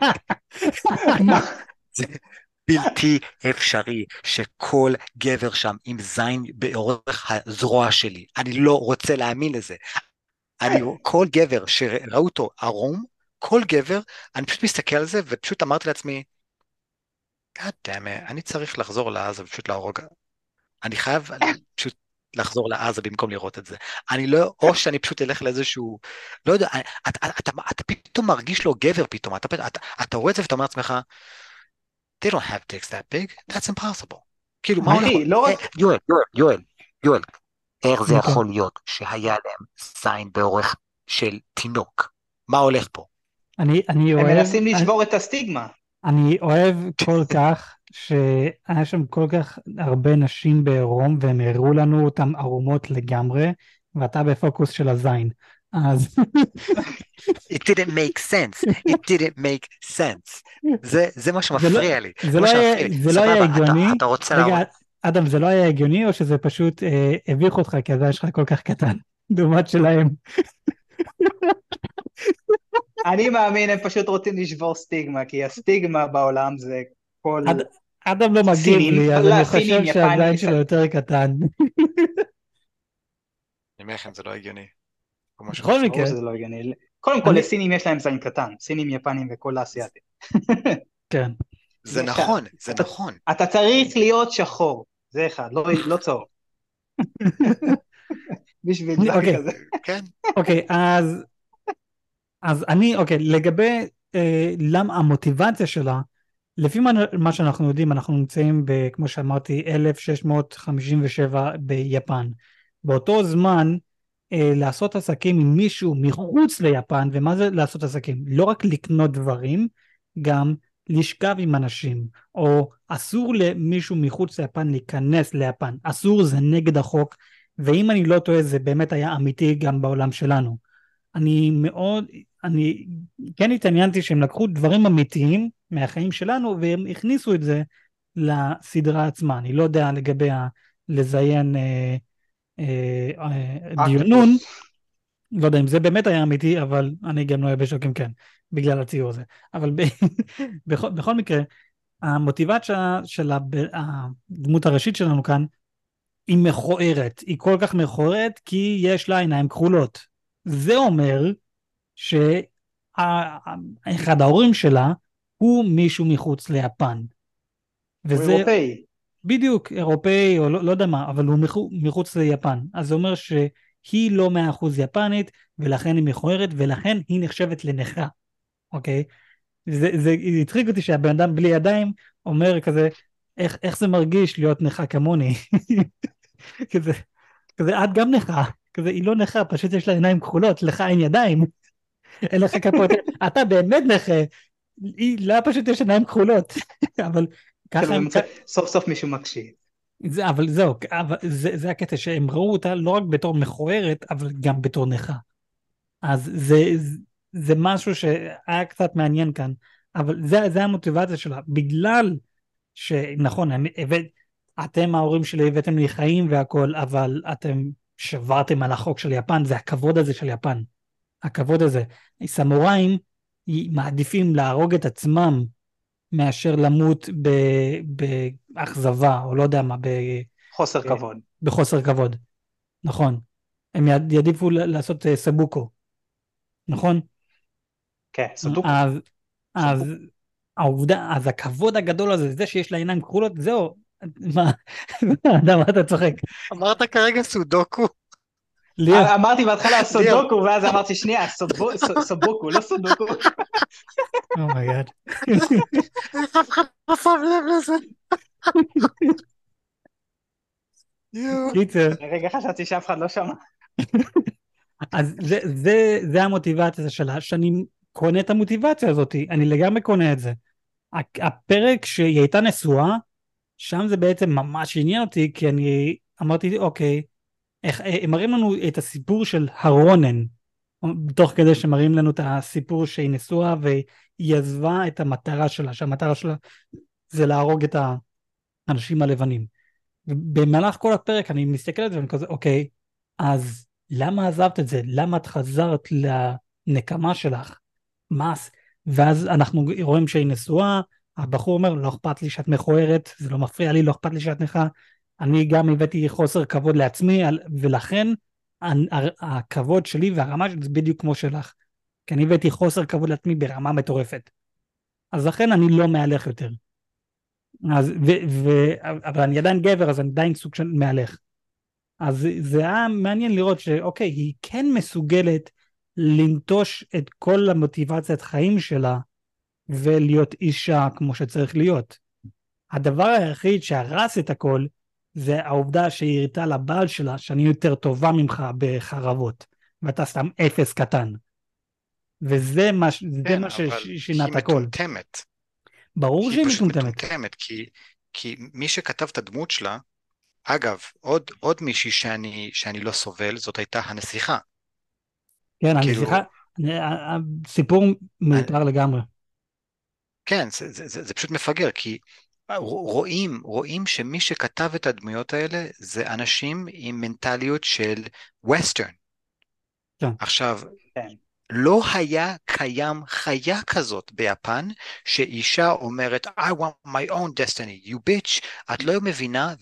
מה? זה בלתי אפשרי שכל גבר שם עם זין באורך הזרוע שלי. אני לא רוצה להאמין לזה. אני, כל גבר שראו אותו ערום, כל גבר, אני פשוט מסתכל על זה ופשוט אמרתי לעצמי, God damn it, אני צריך לחזור לעזה ופשוט להרוג. אני חייב פשוט לחזור לעזה במקום לראות את זה. אני לא, או שאני פשוט אלך לאיזשהו, לא יודע, אתה, אתה, אתה, אתה פתאום מרגיש לו גבר פתאום, אתה, אתה, אתה רואה את זה ואתה אומר לעצמך, they don't have dicks that big, that's impossible. כאילו, מה הולך? אחי, לא רק... יואל, יואל, יואל, יואל, איך זה אוקיי. יכול להיות שהיה להם זין באורך של תינוק? מה הולך פה? אני, אני הם אוהב, מנסים אני, לשבור את הסטיגמה. אני אוהב כל כך שהיה שם כל כך הרבה נשים בעירום והם הראו לנו אותן ערומות לגמרי ואתה בפוקוס של הזין. אז It didn't make sense, it didn't make sense. זה, זה מה שמפריע לי. זה לא מה היה, שמפריע לי. זה לא היה סבבה, אתה, הגיוני. אתה רוצה רגע, להראות? אדם, זה לא היה הגיוני או שזה פשוט אה, הביך אותך כי הזין שלך כל כך קטן לעומת שלהם? אני מאמין, הם פשוט רוצים לשבור סטיגמה, כי הסטיגמה בעולם זה כל... אד- אדם לא מגיב סינים, לי, אז לא, אני סינים, חושב שהזין יפנים, שלו יותר קטן. אני אומר לכם, זה לא הגיוני. כמו בכל שמפריע. מקרה. ברור שזה לא הגיוני. קודם כל, אני- לסינים יש להם זין קטן, סינים, יפנים וכל האסייתים. כן. זה עכשיו, נכון, זה אתה- נכון. אתה צריך להיות שחור, זה אחד, לא, לא צהוב. בשביל זין אוקיי. כזה. כן. אוקיי, אז, אז אני, אוקיי, לגבי אה, למה המוטיבציה שלה, לפי מה, מה שאנחנו יודעים, אנחנו נמצאים, ב, כמו שאמרתי, אלף שש מאות חמישים ושבע ביפן. באותו זמן, אה, לעשות עסקים עם מישהו מחוץ ליפן, ומה זה לעשות עסקים? לא רק לקנות דברים, גם לשכב עם אנשים, או אסור למישהו מחוץ ליפן להיכנס ליפן, אסור, זה נגד החוק, ואם אני לא טועה זה באמת היה אמיתי גם בעולם שלנו. אני מאוד, אני כן התעניינתי שהם לקחו דברים אמיתיים מהחיים שלנו והם הכניסו את זה לסדרה עצמה. אני לא יודע לגבי ה, לזיין אה, אה, אה, דיונון, לא יודע אם זה באמת היה אמיתי, אבל אני גם לא אהיה בשוק אם כן, בגלל הציור הזה. אבל ב, בכל, בכל מקרה, המוטיבציה של הדמות הראשית שלנו כאן, היא מכוערת, היא כל כך מכוערת כי יש לה עיניים כחולות. זה אומר שאחד ההורים שלה הוא מישהו מחוץ ליפן. הוא אירופאי. בדיוק, אירופאי או לא, לא יודע מה, אבל הוא מחוץ ליפן. אז זה אומר שהיא לא מאה אחוז יפנית, ולכן היא מכוערת, ולכן היא נחשבת לנכה. אוקיי? זה, זה התחיק אותי שהבן אדם בלי ידיים אומר כזה, איך, איך זה מרגיש להיות נכה כמוני? כזה, כזה, את גם נכה. כזה, היא לא נכה, פשוט יש לה עיניים כחולות, לך אין ידיים. אין לך כפות, אתה באמת נכה, לה פשוט יש עיניים כחולות, אבל ככה הם... סוף סוף מישהו מקשיב. זה, אבל זהו, אבל זה, זה הקטע שהם ראו אותה לא רק בתור מכוערת, אבל גם בתור נכה. אז זה, זה משהו שהיה קצת מעניין כאן, אבל זה, זה המוטיבציה שלה, בגלל שנכון, אתם ההורים שלי הבאתם לי חיים והכל, אבל אתם שברתם על החוק של יפן, זה הכבוד הזה של יפן. הכבוד הזה. סמוראים מעדיפים להרוג את עצמם מאשר למות באכזבה, או לא יודע מה, חוסר כבוד. בחוסר כבוד. נכון. הם יעדיפו לעשות סבוקו. נכון? כן, סבוקו. אז, אז העובדה, אז הכבוד הגדול הזה, זה שיש לה עיניים כחולות, זהו. מה, מה אתה צוחק? אמרת כרגע סודוקו. אמרתי בהתחלה סודוקו, ואז אמרתי שנייה, סובוקו, לא סודוקו. אומייגאד. איך אף אחד לא שם לב לזה? קיצר. רגע חשבתי שאף אחד לא שמע. אז זה המוטיבציה שלה, שאני קונה את המוטיבציה הזאת, אני לגמרי קונה את זה. הפרק שהיא הייתה נשואה, שם זה בעצם ממש עניין אותי, כי אני אמרתי, אוקיי, הם מראים לנו את הסיפור של הרונן, תוך כדי שמראים לנו את הסיפור שהיא נשואה, והיא עזבה את המטרה שלה, שהמטרה שלה זה להרוג את האנשים הלבנים. ובמהלך כל הפרק אני מסתכל על זה ואני כזה, אוקיי, אז למה עזבת את זה? למה את חזרת לנקמה שלך? מה? ואז אנחנו רואים שהיא נשואה, הבחור אומר, לא אכפת לי שאת מכוערת, זה לא מפריע לי, לא אכפת לי שאת נכה, אני גם הבאתי חוסר כבוד לעצמי, ולכן הכבוד שלי והרמה שלי זה בדיוק כמו שלך, כי אני הבאתי חוסר כבוד לעצמי ברמה מטורפת, אז לכן אני לא מהלך יותר. אז, ו, ו, אבל אני עדיין גבר, אז אני עדיין סוג של מהלך. אז זה היה מעניין לראות שאוקיי, היא כן מסוגלת לנטוש את כל המוטיבציית חיים שלה, ולהיות אישה כמו שצריך להיות. הדבר היחיד שהרס את הכל, זה העובדה שהיא הראתה לבעל שלה, שאני יותר טובה ממך בחרבות, ואתה סתם אפס קטן. וזה מה, זה מה ששינה את הכל. היא מטומטמת. ברור שהיא מטומטמת. מטומטמת, כי, כי מי שכתב את הדמות שלה, אגב, עוד, עוד מישהי שאני, שאני לא סובל, זאת הייתה הנסיכה. כן, הנסיכה, הסיפור מיותר לגמרי. כן, זה, זה, זה, זה פשוט מפגר, כי רואים, רואים שמי שכתב את הדמויות האלה, זה אנשים עם מנטליות של ווסטרן. כן. עכשיו, כן. לא היה קיים חיה כזאת ביפן, שאישה אומרת, I want my own destiny, you bitch, את לא מבינה,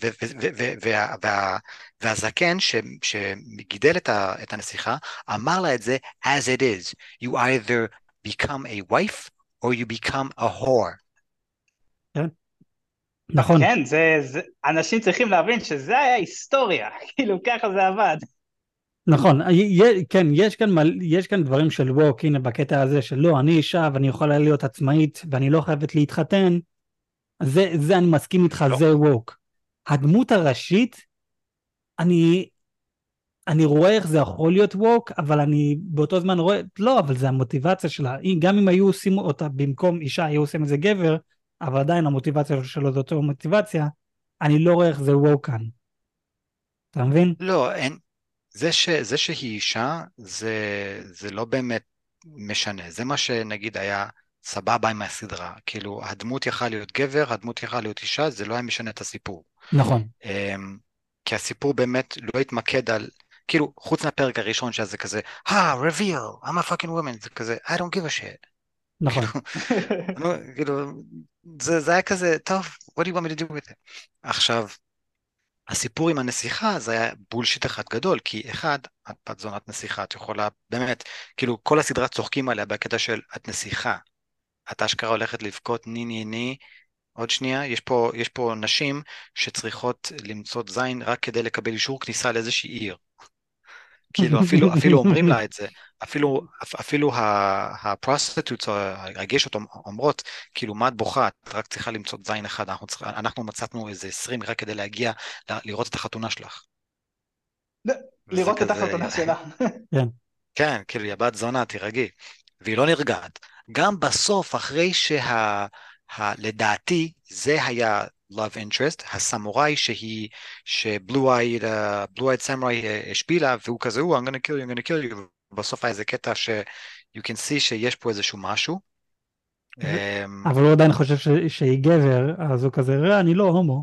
והזקן שגידל את הנסיכה, אמר לה את זה, as it is, you either become a wife, or you become a whore. כן, נכון. כן, זה, אנשים צריכים להבין שזה היה היסטוריה, כאילו ככה זה עבד. נכון, כן, יש כאן, יש כאן דברים של ווק, הנה בקטע הזה של לא, אני אישה ואני יכולה להיות עצמאית ואני לא חייבת להתחתן, זה, זה אני מסכים איתך, לא. זה ווק. הדמות הראשית, אני, אני רואה איך זה יכול להיות ווק, אבל אני באותו זמן רואה, לא, אבל זה המוטיבציה שלה. היא- גם אם היו עושים אותה במקום אישה, היו עושים את זה גבר, אבל עדיין המוטיבציה שלו זו אותו מוטיבציה, אני לא רואה איך זה ווק כאן. אתה מבין? לא, אין, זה ש, זה שהיא אישה, זה, זה לא באמת משנה. זה מה שנגיד היה סבבה עם הסדרה. כאילו, הדמות יכלה להיות גבר, הדמות יכלה להיות אישה, זה לא היה משנה את הסיפור. נכון, אמ, כי הסיפור באמת לא התמקד על, כאילו, חוץ מהפרק הראשון שזה כזה, אה, reveal, I'm a fucking woman, זה כזה, I don't give a shit. כאילו, נכון. לא, כאילו, זה, זה היה כזה, טוב, what do you want me to do with it? עכשיו, הסיפור עם הנסיכה זה היה בולשיט אחד גדול, כי אחד, את בת זונת נסיכה, את יכולה, באמת, כאילו, כל הסדרה צוחקים עליה בקטע של את נסיכה, את אשכרה הולכת לבכות ני ני ני, עוד שנייה, יש פה, יש פה נשים שצריכות למצוא זין רק כדי לקבל אישור כניסה לאיזושהי עיר. כאילו, אפילו, אפילו אומרים לה את זה, אפילו, אפילו הפרוסטיטוטס, הגשות אומרות, כאילו, מה את בוכה? את רק צריכה למצוא זין אחד, אנחנו, צריכה, אנחנו מצאנו איזה עשרים רק כדי להגיע, לראות את החתונה שלך. וזה לראות את כזה, החתונה שלה. כן. כן, כאילו, יא בת זונה, תירגעי. והיא לא נרגעת. גם בסוף, אחרי שה... ה... לדעתי, זה היה love interest, הסמוראי שהיא, שבלו אייד, בלו אייד סמוראי השפילה, והוא כזה, הוא, I'm gonna kill you, I'm gonna kill you, ובסוף היה איזה קטע ש... you can see שיש פה איזשהו משהו. אמ, אבל הוא עדיין חושב ש... שהיא גבר, אז הוא כזה, "ראה, אני לא הומו."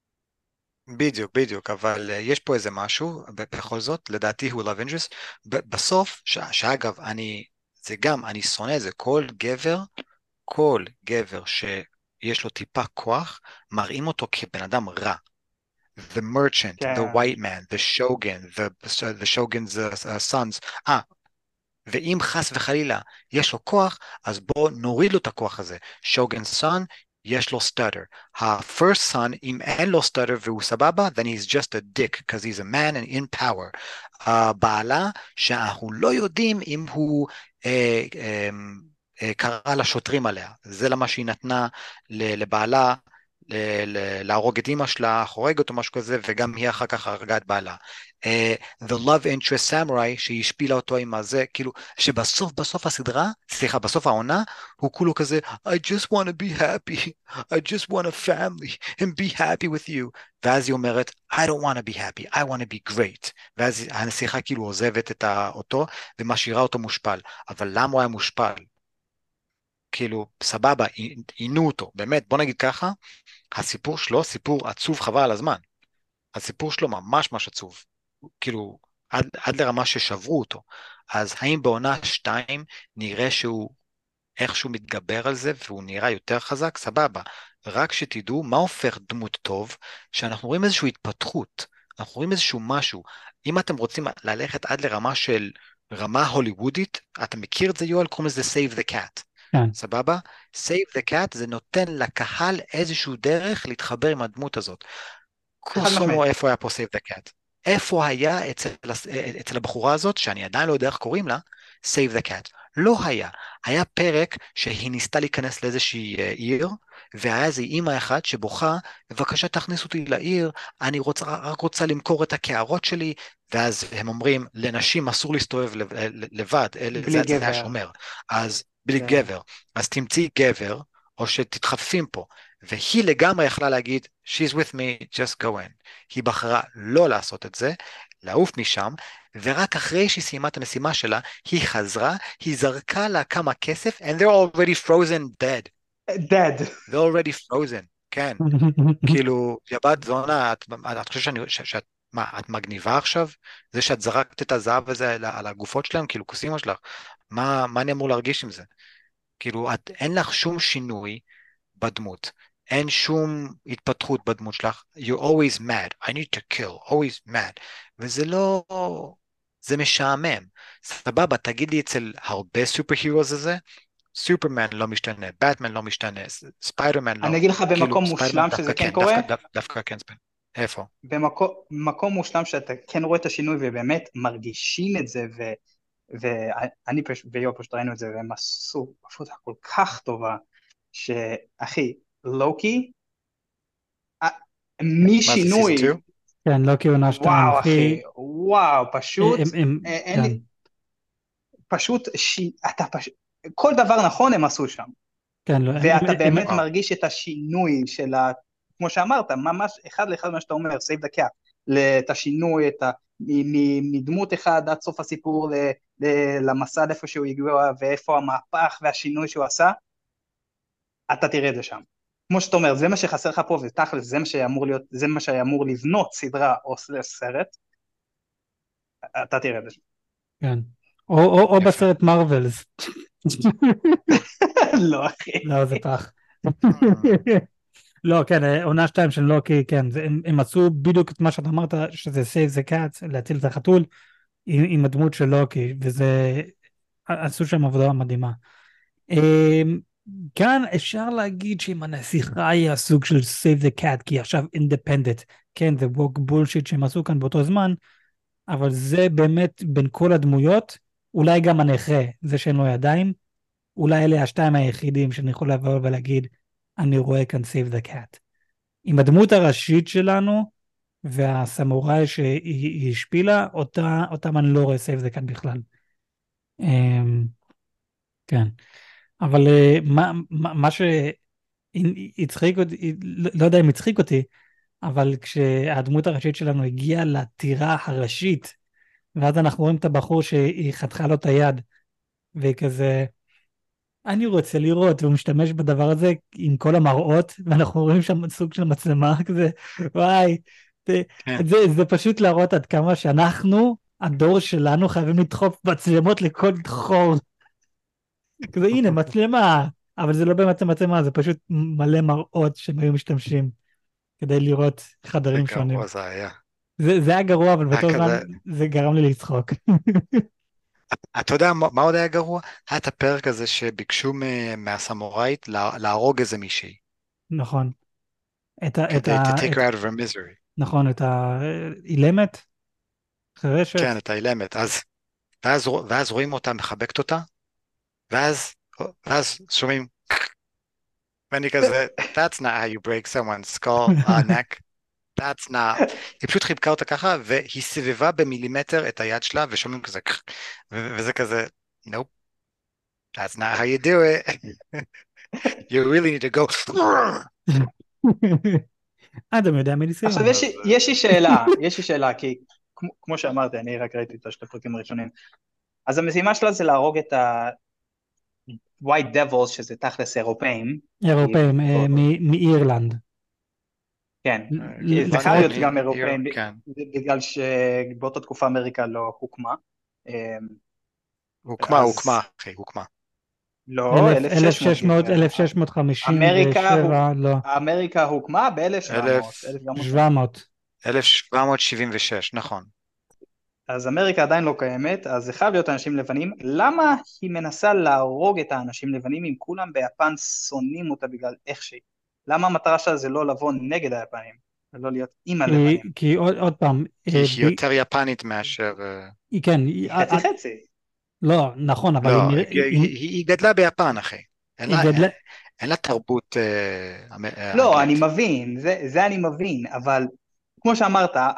בדיוק, בדיוק, אבל אה, יש פה איזה משהו, ב- בכל זאת, לדעתי הוא love interest. ב- בסוף, ש... שאגב, אני, זה גם, אני שונא את זה, כל גבר, כל גבר שיש לו טיפה כוח, מראים אותו כבן אדם רע. The merchant, the כן. white man, the shogun, the, the shogun's uh, sons. אה, ואם חס וחלילה יש לו כוח, אז בואו נוריד לו את הכוח הזה. shogun's son, יש לו stutter. ה-first son, אם אין לו stutter והוא סבבה, then he's just a dick, because he's a man and in power. הבעלה, שאנחנו לא יודעים אם הוא... אה, אה, קרא לשוטרים עליה, זה למה שהיא נתנה לבעלה להרוג את אמא שלה, חורגת או משהו כזה, וגם היא אחר כך הרגה את בעלה. Uh, the love interest samurai, שהיא השפילה אותו עם הזה, כאילו, שבסוף בסוף הסדרה, סליחה, בסוף העונה, הוא כולו כזה, I just want to be happy, I just want a family, and be happy with you. ואז היא אומרת, I don't want to be happy, I want to be great. ואז הנסיכה כאילו עוזבת את אותו, ומשאירה אותו מושפל. אבל למה הוא היה מושפל? כאילו, סבבה, עינו אותו, באמת, בוא נגיד ככה, הסיפור שלו, סיפור עצוב חבל על הזמן. הסיפור שלו ממש ממש עצוב. כאילו, עד, עד לרמה ששברו אותו. אז האם בעונה שתיים נראה שהוא איכשהו מתגבר על זה, והוא נראה יותר חזק? סבבה. רק שתדעו מה הופך דמות טוב, שאנחנו רואים איזושהי התפתחות, אנחנו רואים איזשהו משהו. אם אתם רוצים ללכת עד לרמה של רמה הוליוודית, אתה מכיר את זה יואל? קוראים לזה Save the Cat. כן. סבבה? Save the Cat זה נותן לקהל איזשהו דרך להתחבר עם הדמות הזאת. קוסומו, איפה היה פה Save the Cat? איפה היה אצל, אצל הבחורה הזאת, שאני עדיין לא יודע איך קוראים לה, Save the Cat? לא היה. היה פרק שהיא ניסתה להיכנס לאיזושהי עיר, והיה איזו אימא אחת שבוכה, בבקשה תכניס אותי לעיר, אני רוצה, רק רוצה למכור את הקערות שלי, ואז הם אומרים, לנשים אסור להסתובב לבד, בלי זה, גבר. זה השומר. אז בלי כן. גבר. אז תמצאי גבר, או שתתחפפים פה. והיא לגמרי יכלה להגיד, she's with me, just go in. היא בחרה לא לעשות את זה, לעוף משם, ורק אחרי שהיא סיימה את המשימה שלה, היא חזרה, היא זרקה לה כמה כסף, and they're already frozen dead. dead. they're already frozen, כן. כאילו, יא בת זונה, את, את חושבת שאני, ש, שאת, מה, את מגניבה עכשיו? זה שאת זרקת את הזהב הזה על, על הגופות שלהם, כאילו, כוסימה שלך, מה, מה אני אמור להרגיש עם זה? כאילו, את, אין לך שום שינוי בדמות. אין שום התפתחות בדמות שלך. You're always mad. I need to kill. Always mad. וזה לא... זה משעמם. סבבה, תגיד לי אצל הרבה סופר הירוס הזה, סופרמן לא משתנה, באטמן לא משתנה, ספיידרמן לא. אני אגיד לך כאילו, במקום ספיידרמן מושלם דווקא שזה כן דווקא, קורה, דווקא, דווקא כן ספיידרמן. איפה? במקום מושלם שאתה כן רואה את השינוי ובאמת מרגישים את זה, ו... ואני פשוט, ויו פשוט ראינו את זה, והם עשו עבודה כל כך טובה, שאחי, לוקי, מה זה, סיזון משינוי, שתיים? כן, לוקי עונה שתיים, וואו אחי, אחי, וואו, פשוט, הם, הם, אה, אין כן, לי, פשוט, ש... אתה פשוט, כל דבר נכון הם עשו שם, כן, לא, הם, הם, ואתה הם, באמת וואו, מרגיש את השינוי של ה... כמו שאמרת, ממש אחד לאחד מה שאתה אומר, save the cat, את השינוי, את ה... מ- מ- מדמות אחד עד סוף הסיפור ל... ל... למסד איפה שהוא הגיע, ואיפה המהפך והשינוי שהוא עשה, אתה תראה את זה שם. כמו שאתה אומר, זה מה שחסר לך פה, ותכל'ס, זה מה שאמור להיות, זה מה שאמור לבנות סדרה או סרט, אתה תראה את זה. כן, או, או, או יפה. בסרט מרוולס. לא אחי. לא, זה פח. Hmm, לא, כן, אה, עונה שתיים של לוקי, כן, זה, הם, הם עשו בדיוק את מה שאתה אמרת, שזה save the cat, להציל את החתול, עם, עם הדמות של לוקי, וזה, עשו שם עבודה מדהימה. אמ, כאן אפשר להגיד שאם הנסיכה היא הסוג של save the cat, כי היא עכשיו independent, כן, זה ווק בולשיט שהם עשו כאן באותו זמן, אבל זה באמת בין כל הדמויות, אולי גם הנכה, זה שאין לו ידיים, אולי אלה השתיים היחידים שאני יכול לבוא ולהגיד, אני רואה כאן save the cat. עם הדמות הראשית שלנו, והסמוראי שהיא השפילה, אותה, אותם אני לא רואה save the cat בכלל. אמ, כן. אבל אה, מה, מה, מה שהצחיק אותי, לא לא יודע אם הצחיק אותי, אבל כשהדמות הראשית שלנו הגיעה לטירה הראשית, ואז אנחנו רואים את הבחור שהיא חתכה לו את היד, והיא כזה, אני רוצה לראות, והוא משתמש בדבר הזה עם כל המראות, ואנחנו רואים שם סוג של מצלמה כזה, וואי, זה, כן. זה, זה פשוט להראות עד כמה שאנחנו, הדור שלנו, חייבים לדחוף מצלמות לכל חור. כזה, הנה, מצלמה, אבל זה לא באמת מצלמה, זה פשוט מלא מראות שהם היו משתמשים כדי לראות זה חדרים שונים. גרוע זה היה. זה, זה היה גרוע, אבל היה באותו זמן כזה, זה גרם לי לצחוק. אתה יודע מה מה עוד היה גרוע? היה את הפרק הזה שביקשו מ- מהסמוראית לה- להרוג איזה מישהי, נכון. את ה... את כדי to ה... take את, her out of her misery. נכון, את האילמת, חירשת. כן, את האילמת. אז, ואז, ואז רואים אותה מחבקת אותה, ואז, ואז שומעים, ואני כזה, that's not how you break someone's skull, uh, neck. That's not. היא פשוט חיבקה אותה ככה, והיא סבבה במילימטר את היד שלה, ושומעים כזה, ו- וזה כזה, nope, that's not how you do it. You really need to go. אדם יודע עכשיו מניסיון. יש, אז, לי- יש לי שאלה, יש לי שאלה, כי כמו, כמו שאמרתי, אני רק ראיתי את השתי פרקים הראשונים, אז המשימה שלה זה להרוג את ה-white devils, שזה תכלס אירופאים, כי אירופאים, אה, בוא- מ- מאירלנד. כן, כי זה חייב לפחות, להיות גם אירופאים, כן, בגלל שבאותה תקופה אמריקה לא הוקמה, אמ, הוקמה, אז הוקמה, אחי, הוקמה. לא, אלף- אלף שש מאות, אלף שש מאות אלף שש מאות חמישים אמריקה, ושבע, לא, אמריקה הוקמה ב-אלף שבע מאות, אלף, אלף שבע מאות. שבע מאות. אלף שבע מאות שבעים ושש, נכון. אז אמריקה עדיין לא קיימת, אז זה חייב להיות אנשים לבנים. למה היא מנסה להרוג את האנשים לבנים אם כולם ביפן שונאים אותה בגלל איך שהיא? למה המטרה שלה זה לא לבוא נגד היפנים, ולא להיות עם כי, הלבנים? כי עוד, עוד פעם, כי אה, היא ב, יותר יפנית מאשר... אה, היא כן, היא, היא אה, חצי אה, חצי. לא, נכון, אבל היא, לא, נראה- היא, היא, היא, היא גדלה ביפן, אחי. אין היא לה, גדלה, אין לה תרבות אה, אמ- אה, לא, אני אנגלית. מבין, זה, זה אני מבין, אבל כמו שאמרת, ה-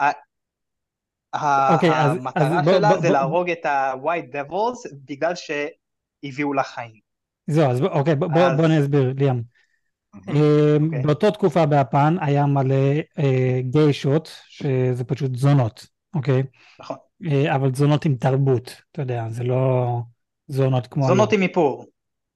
ה- אוקיי, אז, אז המטרה בוא, שלה בוא, זה בוא, להרוג את ה-white devils בגלל שהביאו לה חיים. זהו, אז בוא, אוקיי, בוא, בוא בוא אני אז, אסביר, ליאם. מהמם. אה, אוקיי, באותה תקופה ביפן היה מלא אה, גיישות, שזה פשוט זונות, אוקיי? נכון. אה, אבל זונות עם תרבות, אתה יודע, זה לא זונות כמו היום. זונות עם איפור.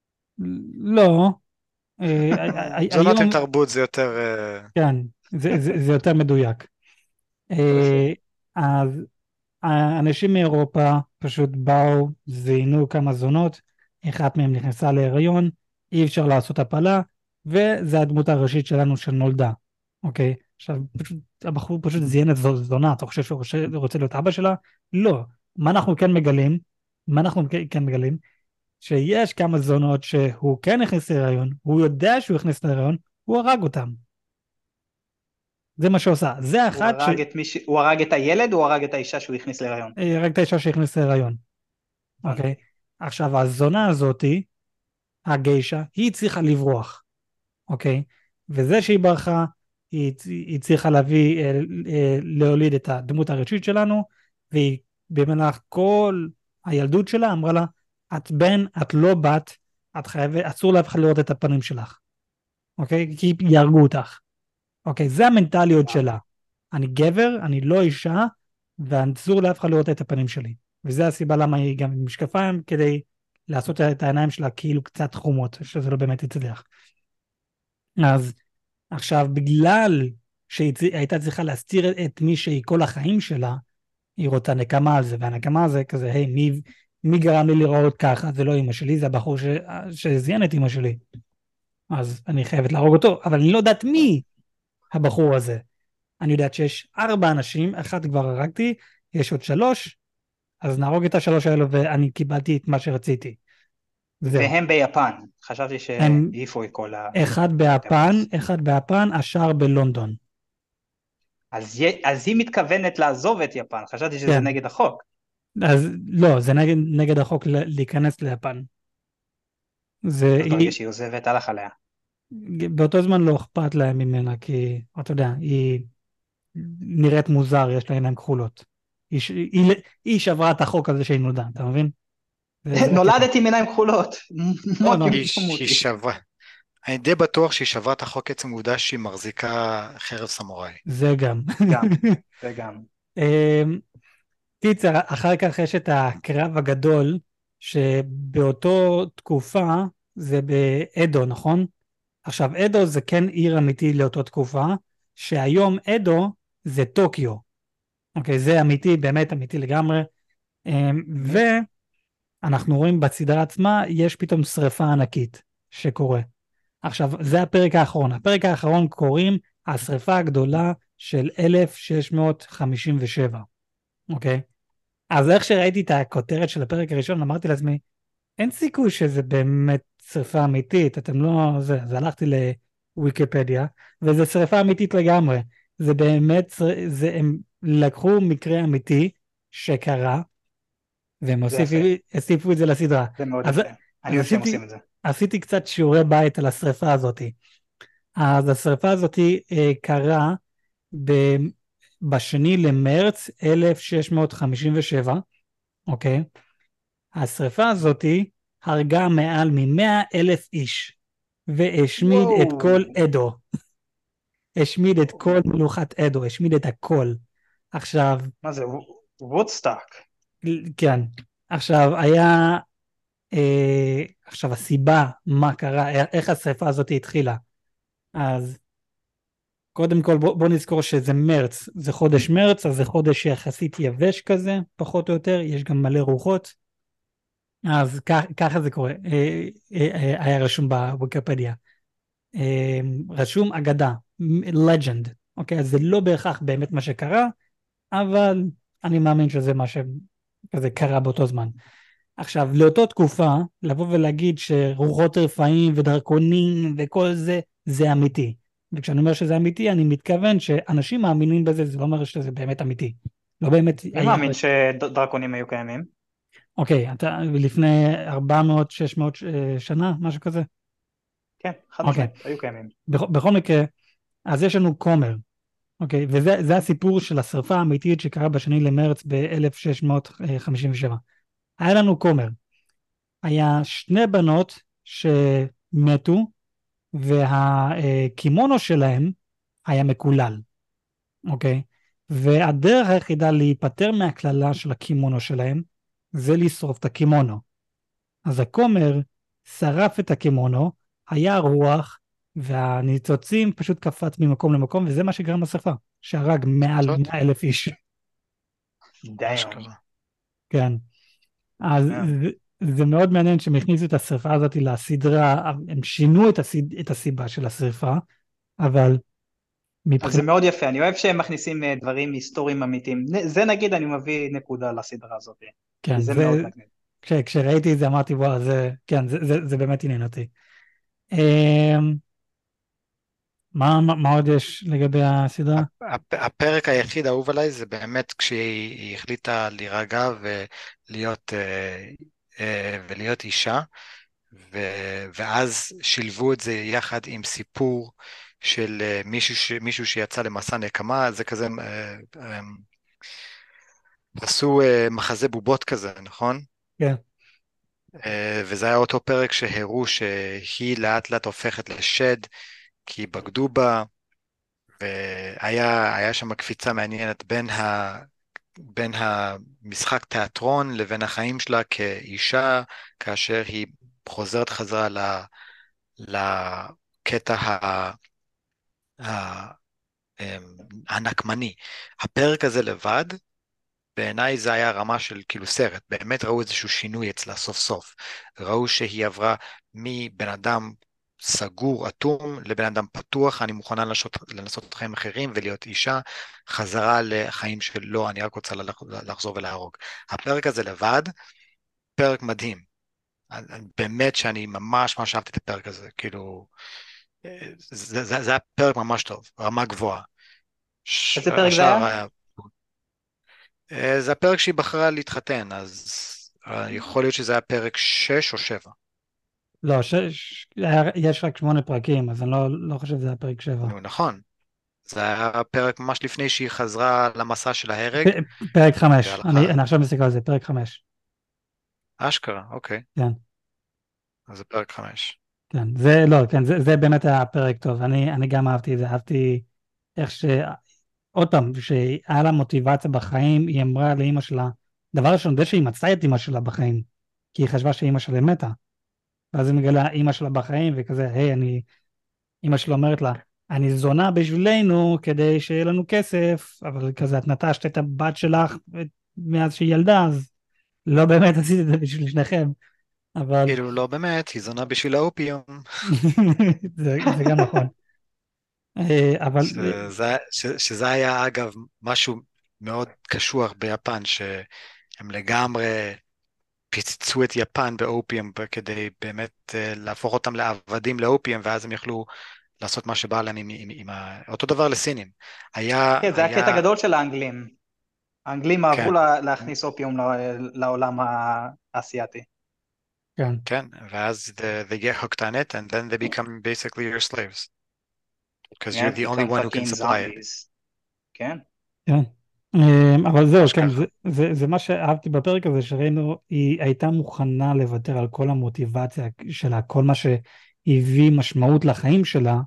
לא, אה, ה- ה- זונות עם היום, תרבות זה יותר... אה, כן, זה, זה, זה יותר מדויק. יפה. אה, אז האנשים מאירופה פשוט באו, זיינו כמה זונות, אחת מהן נכנסה להיריון, אי אפשר לעשות הפלה, וזה הדמות הראשית שלנו שנולדה, אוקיי? עכשיו, פשוט, הבחור פשוט זיין את זו- זונה, אתה חושב שהוא רוצה, רוצה להיות אבא שלה? לא. מה אנחנו כן מגלים? מה אנחנו כן כן מגלים? שיש כמה זונות שהוא כן הכניס להיריון, הוא יודע שהוא הכניס להיריון, הוא הרג אותם. זה מה שעושה. זה הוא אחת ש... הרג את מי ש... הוא הרג את הילד, או הוא הרג את האישה שהוא הכניס להיריון? אה, רק את האישה שהכניס להיריון. אוקיי? הבנתי. עכשיו, הזונה הזאתי, הגיישה, היא צריכה לברוח, אוקיי? וזה שהיא ברחה, היא, היא צריכה להביא, אה, אה, להוליד את הדמות הראשית שלנו, והיא במהלך כל הילדות שלה אמרה לה, את בן, את לא בת, את חייבת, אסור לאף אחד לראות את הפנים שלך, אוקיי? כי יהרגו אותך, אוקיי? זה המנטליות שלה. אני גבר, אני לא אישה, ואסור לאף אחד לראות את הפנים שלי. וזה הסיבה למה היא גם עם משקפיים, כדי לעשות את העיניים שלה כאילו קצת חומות, שזה לא באמת הצליח. אז עכשיו, בגלל שהיא הייתה צריכה להסתיר את מי שהיא כל החיים שלה, היא רוצה נקמה על זה, והנקמה על זה כזה, היי, מי, מי גרם לי לראות ככה? זה לא אמא שלי, זה הבחור ש... שזיין את אמא שלי. אז אני חייבת להרוג אותו, אבל אני לא יודעת מי הבחור הזה. אני יודעת שיש ארבע אנשים, אחד כבר הרגתי, יש עוד שלוש, אז נהרוג את השלוש האלו, ואני קיבלתי את מה שרציתי. זהו. והם ביפן, חשבתי הם שהעיפו את כל ה... אחד ביפן, אחד ביפן, השאר בלונדון. אז, י... אז היא מתכוונת לעזוב את יפן, חשבתי שזה כן. נגד החוק. אז לא, זה נגד, נגד החוק ל- להיכנס ליפן. זה, אז היא, ברגע שהיא עוזבת, הלך עליה. באותו זמן לא אכפת להם ממנה, כי אתה יודע, היא נראית מוזר, יש לה עיניים כחולות. היא, ש- היא, היא שברה את החוק הזה שהיא נולדה, אתה מבין? זה- זה הקטע. נולדתי עם עיניים כחולות. לא, לא. היא היא שברה, אני די בטוח שהיא שברה את החוק עצם העובדה שהיא מחזיקה חרב סמוראי. זה גם. גם, זה גם. אמ, קיצר, אחר כך יש את הקרב הגדול, שבאותו תקופה זה באדו, נכון? עכשיו, אדו זה כן עיר אמיתי לאותו תקופה, שהיום אדו זה טוקיו. אוקיי, זה אמיתי, באמת אמיתי לגמרי. אמ, ואנחנו רואים בסדרה עצמה, יש פתאום שריפה ענקית שקורה. עכשיו, זה הפרק האחרון. הפרק האחרון קוראים השריפה הגדולה של אלף שש מאות חמישים ושבע. אוקיי? אז איך שראיתי את הכותרת של הפרק הראשון, אמרתי לעצמי, אין סיכוי שזה באמת שריפה אמיתית, אתם לא... זה, אז הלכתי לוויקיפדיה, וזה שריפה אמיתית לגמרי. זה באמת, זה, הם לקחו מקרה אמיתי שקרה, והם הוסיפו, הוסיפו את זה לסדרה. זה מאוד אז, יפה. אני אוהב שהם עשיתי, עושים את זה. עשיתי קצת שיעורי בית על השריפה הזאת. אז השריפה הזאת אה, קרה ב, בשני למרץ אלף שש מאות חמישים ושבע, אוקיי? השריפה הזאת הרגה מעל ממאה אלף איש, והשמיד וואו. את כל אדו. השמיד את כל מלוכת אדו, השמיד את הכל. עכשיו, מה זה? וודסטוק. כן, עכשיו היה, אה, עכשיו הסיבה מה קרה, איך השריפה הזאת התחילה. אז קודם כל בוא, בוא נזכור שזה מרץ, זה חודש מרץ, אז זה חודש יחסית יבש כזה, פחות או יותר, יש גם מלא רוחות. אז כך, ככה זה קורה, אה, אה, היה רשום בוויקיפדיה. אה, רשום אגדה, legend, אוקיי? אז זה לא בהכרח באמת מה שקרה, אבל אני מאמין שזה מה שכזה קרה באותו זמן. עכשיו, לאותו תקופה, לבוא ולהגיד שרוחות רפאים ודרקונים וכל זה, זה אמיתי. וכשאני אומר שזה אמיתי, אני מתכוון שאנשים מאמינים בזה, זה לא אומר שזה באמת אמיתי. לא באמת... מי מאמין שדרקונים היו קיימים? אוקיי, אתה לפני ארבע מאות שש מאות שנה, משהו כזה? כן, חד אוקיי. משמעית, היו קיימים. בכ, בכל מקרה, אז יש לנו כומר, אוקיי, וזה זה הסיפור של השרפה האמיתית שקרה בשני למרץ ב-אלף שש מאות חמישים ושבע. היה לנו כומר. היה שני בנות שמתו, והקימונו שלהם היה מקולל, אוקיי? והדרך היחידה להיפטר מהכללה של הקימונו שלהם, זה לשרוף את הקימונו. אז הכומר שרף את הקימונו, היה רוח, והניצוצים פשוט קפץ ממקום למקום, וזה מה שגרם לשרפה, שהרג מעל מאה אלף איש. דיין. כן. אז זה, זה מאוד מעניין שהם הכניסו את השרפה הזאת לסדרה, הם שינו את, הסיד, את הסיבה של השרפה, אבל מבחינת... זה מאוד יפה, אני אוהב שהם מכניסים דברים היסטוריים אמיתיים, זה נגיד אני מביא נקודה לסדרה הזאת, כן, זה, זה מאוד נגניב. כש, כשראיתי את זה אמרתי וואו, זה, כן, זה, זה, זה באמת עניין אותי. מה, מה, מה עוד יש לגבי הסדרה? הפרק היחיד האהוב עליי זה באמת כשהיא החליטה להירגע ולהיות, ולהיות אישה, ואז שילבו את זה יחד עם סיפור של אה, מישהו, ש... מישהו שיצא למסע נקמה, זה כזה, אה, אה, עשו אה, מחזה בובות כזה, נכון? כן. אה, וזה היה אותו פרק שהראו שהיא לאט לאט הופכת לשד, כי בגדו בה, והיה היה שם קפיצה מעניינת בין, ה, בין המשחק תיאטרון לבין החיים שלה כאישה, כאשר היא חוזרת חזרה ל, לקטע ה, ה, אמ, הנקמני. הפרק הזה לבד, בעיניי זה היה רמה של כאילו סרט, באמת ראו איזשהו שינוי אצלה סוף סוף. ראו שהיא עברה מבן אדם סגור, אטום, לבן אדם פתוח, אני מוכנה לנסות, לנסות חיים אחרים ולהיות אישה, חזרה לחיים של לא, אני רק רוצה ללך- לחזור ולהרוג. הפרק הזה לבד, פרק מדהים. באמת שאני ממש ממש אהבתי את הפרק הזה, כאילו, אה, זה, זה, זה היה פרק ממש טוב, רמה גבוהה. ש- איזה פרק זה היה? השאר היה אה, זה הפרק שהיא בחרה להתחתן, אז אה, יכול להיות שזה היה פרק שש או שבע. לא, ש... ש... היה... יש רק שמונה פרקים, אז אני לא, לא חושב שזה היה פרק שבע. נו, נכון. זה היה פרק ממש לפני שהיא חזרה למסע של פ... ההרג, פרק חמש, אני, והלכה, אני עכשיו מסתכל על זה, פרק חמש. אשכרה, אוקיי, כן, אז זה פרק חמש. כן, זה לא, כן, זה, זה באמת היה פרק טוב, אני, אני גם אהבתי את זה, אהבתי איך ש... עוד פעם, שהיה לה מוטיבציה בחיים, היא אמרה לאימא שלה, דבר ראשון, זה שהיא מצאה את אימא שלה בחיים, כי היא חשבה שאימא שלה מתה, ואז היא מגלה אימא שלה בחיים, וכזה, היי, אני, אימא שלה אומרת לה, אני זונה בשבילנו כדי שיהיה לנו כסף, אבל כזה, את נטשת את הבת שלך מאז שהיא ילדה, אז לא באמת עשית את זה בשביל שניכם, אבל כאילו, לא באמת, היא זונה בשביל האופיום. זה, זה גם נכון. אה, אבל שזה, ש, שזה היה, אגב, משהו מאוד קשוח ביפן, שהם לגמרי פיצצו את יפן באופיום כדי באמת אה, להפוך אותם לעבדים לאופיום, ואז הם יכלו לעשות מה שבא להם עם, עם, עם ה... אותו דבר לסינים. היה, כן, זה היה קטע היה, גדול של האנגלים. האנגלים אהבו כן, לה- להכניס אופיום ל- לעולם האסייתי. כן, כן, ואז the, they get hooked on it, and then they become basically your slaves, because you're כן, the only become one who can fucking supply it. zombies. כן. כן. אה, אבל זהו, ממש כן, ככה. זה, זה, זה מה שאהבתי בפרק הזה, שראינו, היא הייתה מוכנה לוותר על כל המוטיבציה שלה, כל מה שהביא משמעות לחיים שלה,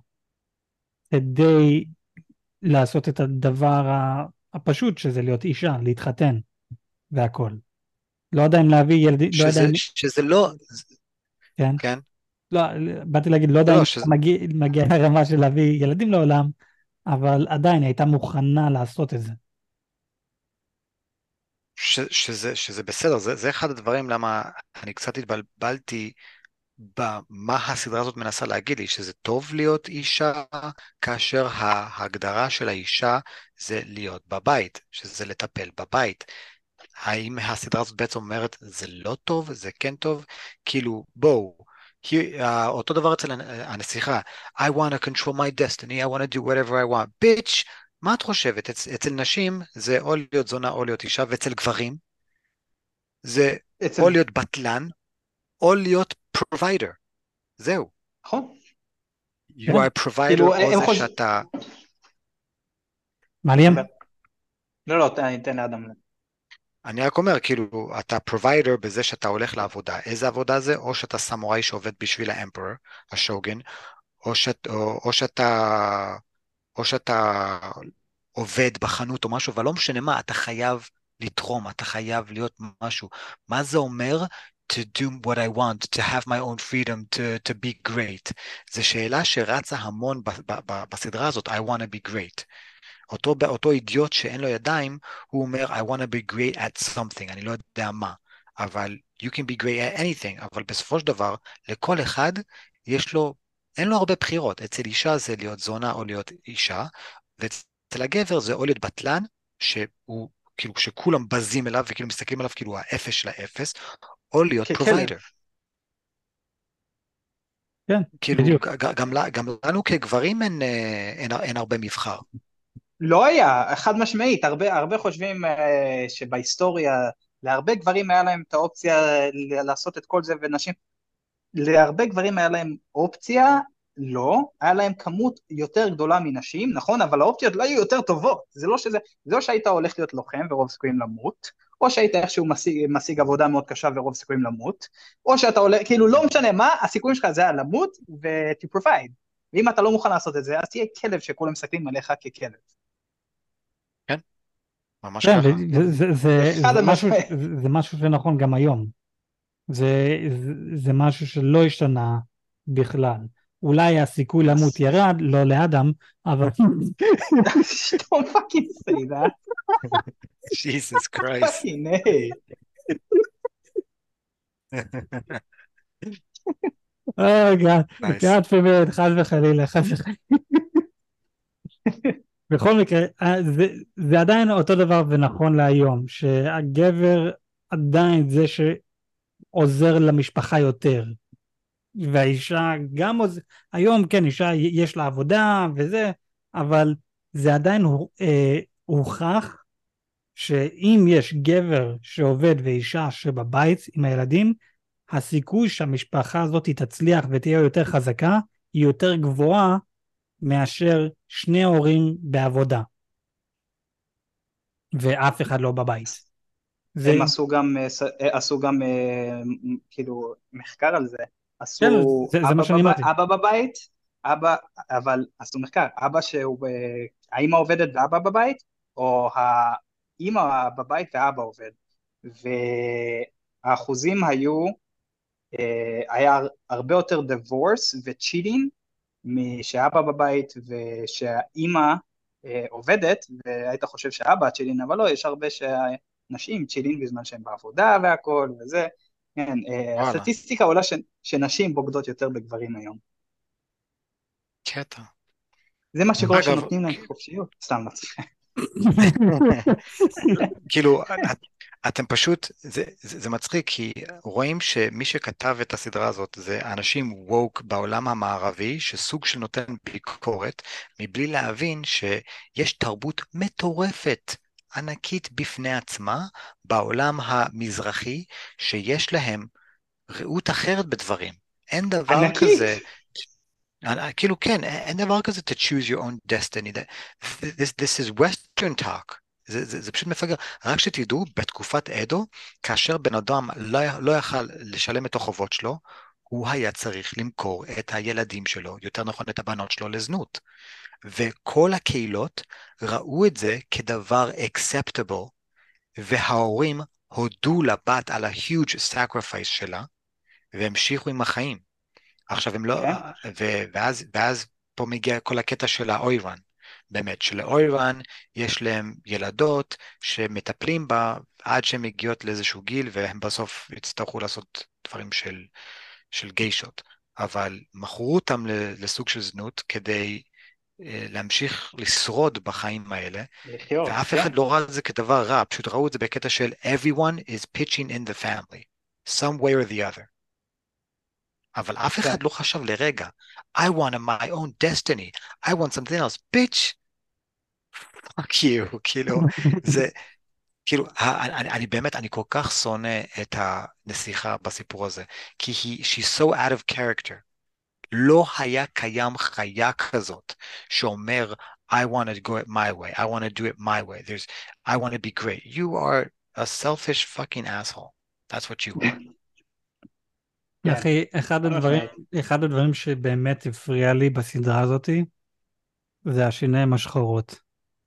כדי לעשות את הדבר ה- הפשוט, שזה להיות אישה, להתחתן, והכל. לא יודע אם להביא ילדים, לא יודע שזה, אם, שזה לא, כן, כן, לא, באתי להגיד, לא יודע לא, אם לא, אתה שזה, מגיע, מגיע לרמה של להביא ילדים לעולם, אבל עדיין הייתה מוכנה לעשות את זה. ש, שזה, שזה בסדר, זה, זה אחד הדברים למה אני קצת התבלבלתי במה הסדרה הזאת מנסה להגיד לי, שזה טוב להיות אישה, כאשר ההגדרה של האישה זה להיות בבית, שזה לטפל בבית. האם הסדרה הזאת בעצם אומרת, זה לא טוב, זה כן טוב? כאילו, בואו, he- uh, אותו דבר אצל הנ- הנסיכה, I want to control my destiny, I want to do whatever I want. ביץ', מה את חושבת? אצ, אצל נשים זה או להיות זונה או להיות אישה, ואצל גברים זה אצל... או להיות בטלן, או להיות provider. זהו. נכון. You כן, are a provider, כאילו, או הם זה חושבים... שאתה... מעניין. לא, לא, תן תן לאדם. אני רק אומר, כאילו, אתה provider בזה שאתה הולך לעבודה. איזה עבודה זה? או שאתה סמוראי שעובד בשביל האמפרור, השוגן, או, שאת, או, או שאתה... או שאתה עובד בחנות או משהו, אבל לא משנה מה, אתה חייב לתרום, אתה חייב להיות משהו. מה זה אומר? To do what I want, to have my own freedom, to, to be great. זו שאלה שרצה המון ב, ב, ב, בסדרה הזאת, I want to be great. אותו, אותו אידיוט שאין לו ידיים, הוא אומר, I want to be great at something, אני לא יודע מה, אבל you can be great at anything, אבל בסופו של דבר, לכל אחד יש לו, אין לו הרבה בחירות, אצל אישה זה להיות זונה או להיות אישה, ואצל הגבר זה או להיות בטלן, שהוא, כאילו, שכולם בזים אליו וכאילו מסתכלים עליו כאילו האפס של האפס, או להיות ככלב. פרוביידר. כן, כאילו, בדיוק. ג- גם, גם לנו כגברים אין, אה, אין, אין הרבה מבחר. לא היה, חד משמעית, הרבה, הרבה חושבים אה, שבהיסטוריה, להרבה גברים היה להם את האופציה ל- לעשות את כל זה, ונשים, להרבה גברים היה להם אופציה, לא, היה להם כמות יותר גדולה מנשים, נכון, אבל האופציות לא היו יותר טובות, זה לא שזה, זה לא שהיית הולך להיות לוחם ורוב סיכויים למות, או שהיית איכשהו משיג, משיג עבודה מאוד קשה ורוב סיכויים למות, או שאתה הולך, כאילו לא משנה מה, הסיכויים שלך זה היה למות ו-to provide, ואם אתה לא מוכן לעשות את זה, אז תהיה כלב שכולם מסתכלים עליך ככלב. כן, ממש כן, ככה. זה, זה, זה, אחד זה, משהו, המשמעי. זה, זה משהו שנכון גם היום. זה, זה, זה משהו שלא השתנה בכלל. אולי הסיכוי למות ירד, לא לאדם, אבל... Don't fucking say that, Jesus Christ. fucking hey. Oh God, Nice. God forbid, חס וחלילה, חס וחלילה. בכל מקרה, אה, זה, זה עדיין אותו דבר ונכון להיום, שהגבר עדיין זה שעוזר למשפחה יותר, והאישה גם עוזר, היום כן, אישה יש לה עבודה וזה, אבל זה עדיין אה, הוכח, שאם יש גבר שעובד ואישה שבבית עם הילדים, הסיכוי שהמשפחה הזאת תצליח ותהיה יותר חזקה, היא יותר גבוהה מאשר שני הורים בעבודה, ואף אחד לא בבית. זה... הם עשו גם, עשו גם כאילו מחקר על זה, עשו כן, זה, זה אבא, מה שאני בב... אמרתי. אבא בבית, אבא, אבל עשו מחקר, אבא שהוא, האמא עובדת ואבא בבית, או האמא בבית ואבא עובד, והאחוזים היו, היה הרבה יותר divorce ו-cheating, משאבא בבית ושהאמא עובדת, והיית חושב שאבא צ'ילין, אבל לא, יש הרבה שנשים צ'ילין בזמן שהם בעבודה והכל וזה, כן, וואלה. הסטטיסטיקה עולה ש, שנשים בוגדות יותר בגברים היום. קטע. זה מה שקורה אגב, שנותנים להם חופשיות, סתם מצליח. כאילו, את, אתם פשוט, זה, זה, זה מצחיק, כי רואים שמי שכתב את הסדרה הזאת זה אנשים ווק בעולם המערבי, שסוג של נותן ביקורת, מבלי להבין שיש תרבות מטורפת, ענקית בפני עצמה, בעולם המזרחי, שיש להם ראות אחרת בדברים. אין דבר ענקית. כזה... כאילו כן, אין דבר כזה to choose your own destiny. This, this is Western talk. זה, זה, זה פשוט מפגר. רק שתדעו, בתקופת אדו, כאשר בן אדם לא, לא יכל לשלם את החובות שלו, הוא היה צריך למכור את הילדים שלו, יותר נכון את הבנות שלו, לזנות. וכל הקהילות ראו את זה כדבר acceptable, וההורים הודו לבת על ה-huge sacrifice שלה, והמשיכו עם החיים. עכשיו הם לא, כן. ו- ואז, ואז פה מגיע כל הקטע של האוירן, באמת, שלאוירן יש להם ילדות שמטפלים בה עד שהן מגיעות לאיזשהו גיל, והם בסוף יצטרכו לעשות דברים של, של גיישות, אבל מכרו אותם לסוג של זנות כדי להמשיך לשרוד בחיים האלה, לחיות, ואף כן. אחד לא ראה את זה כדבר רע, פשוט ראו את זה בקטע של everyone is pitching in the family, some way or the other. אבל אף אחד לא חשב לרגע, I want my own destiny, I want something else, bitch, fuck you, כאילו, זה, כאילו, אני, אני באמת, אני כל כך שונא את הנסיכה בסיפור הזה, כי היא, she's so out of character, לא היה קיים חיה כזאת, שאומר, I want to go it my way, I want to do it my way, there's, I want to be great, you are a selfish fucking asshole, that's what you are. אחי, אחד הדברים, אחד הדברים שבאמת הפריע לי בסדרה הזאת, זה השיניים השחורות.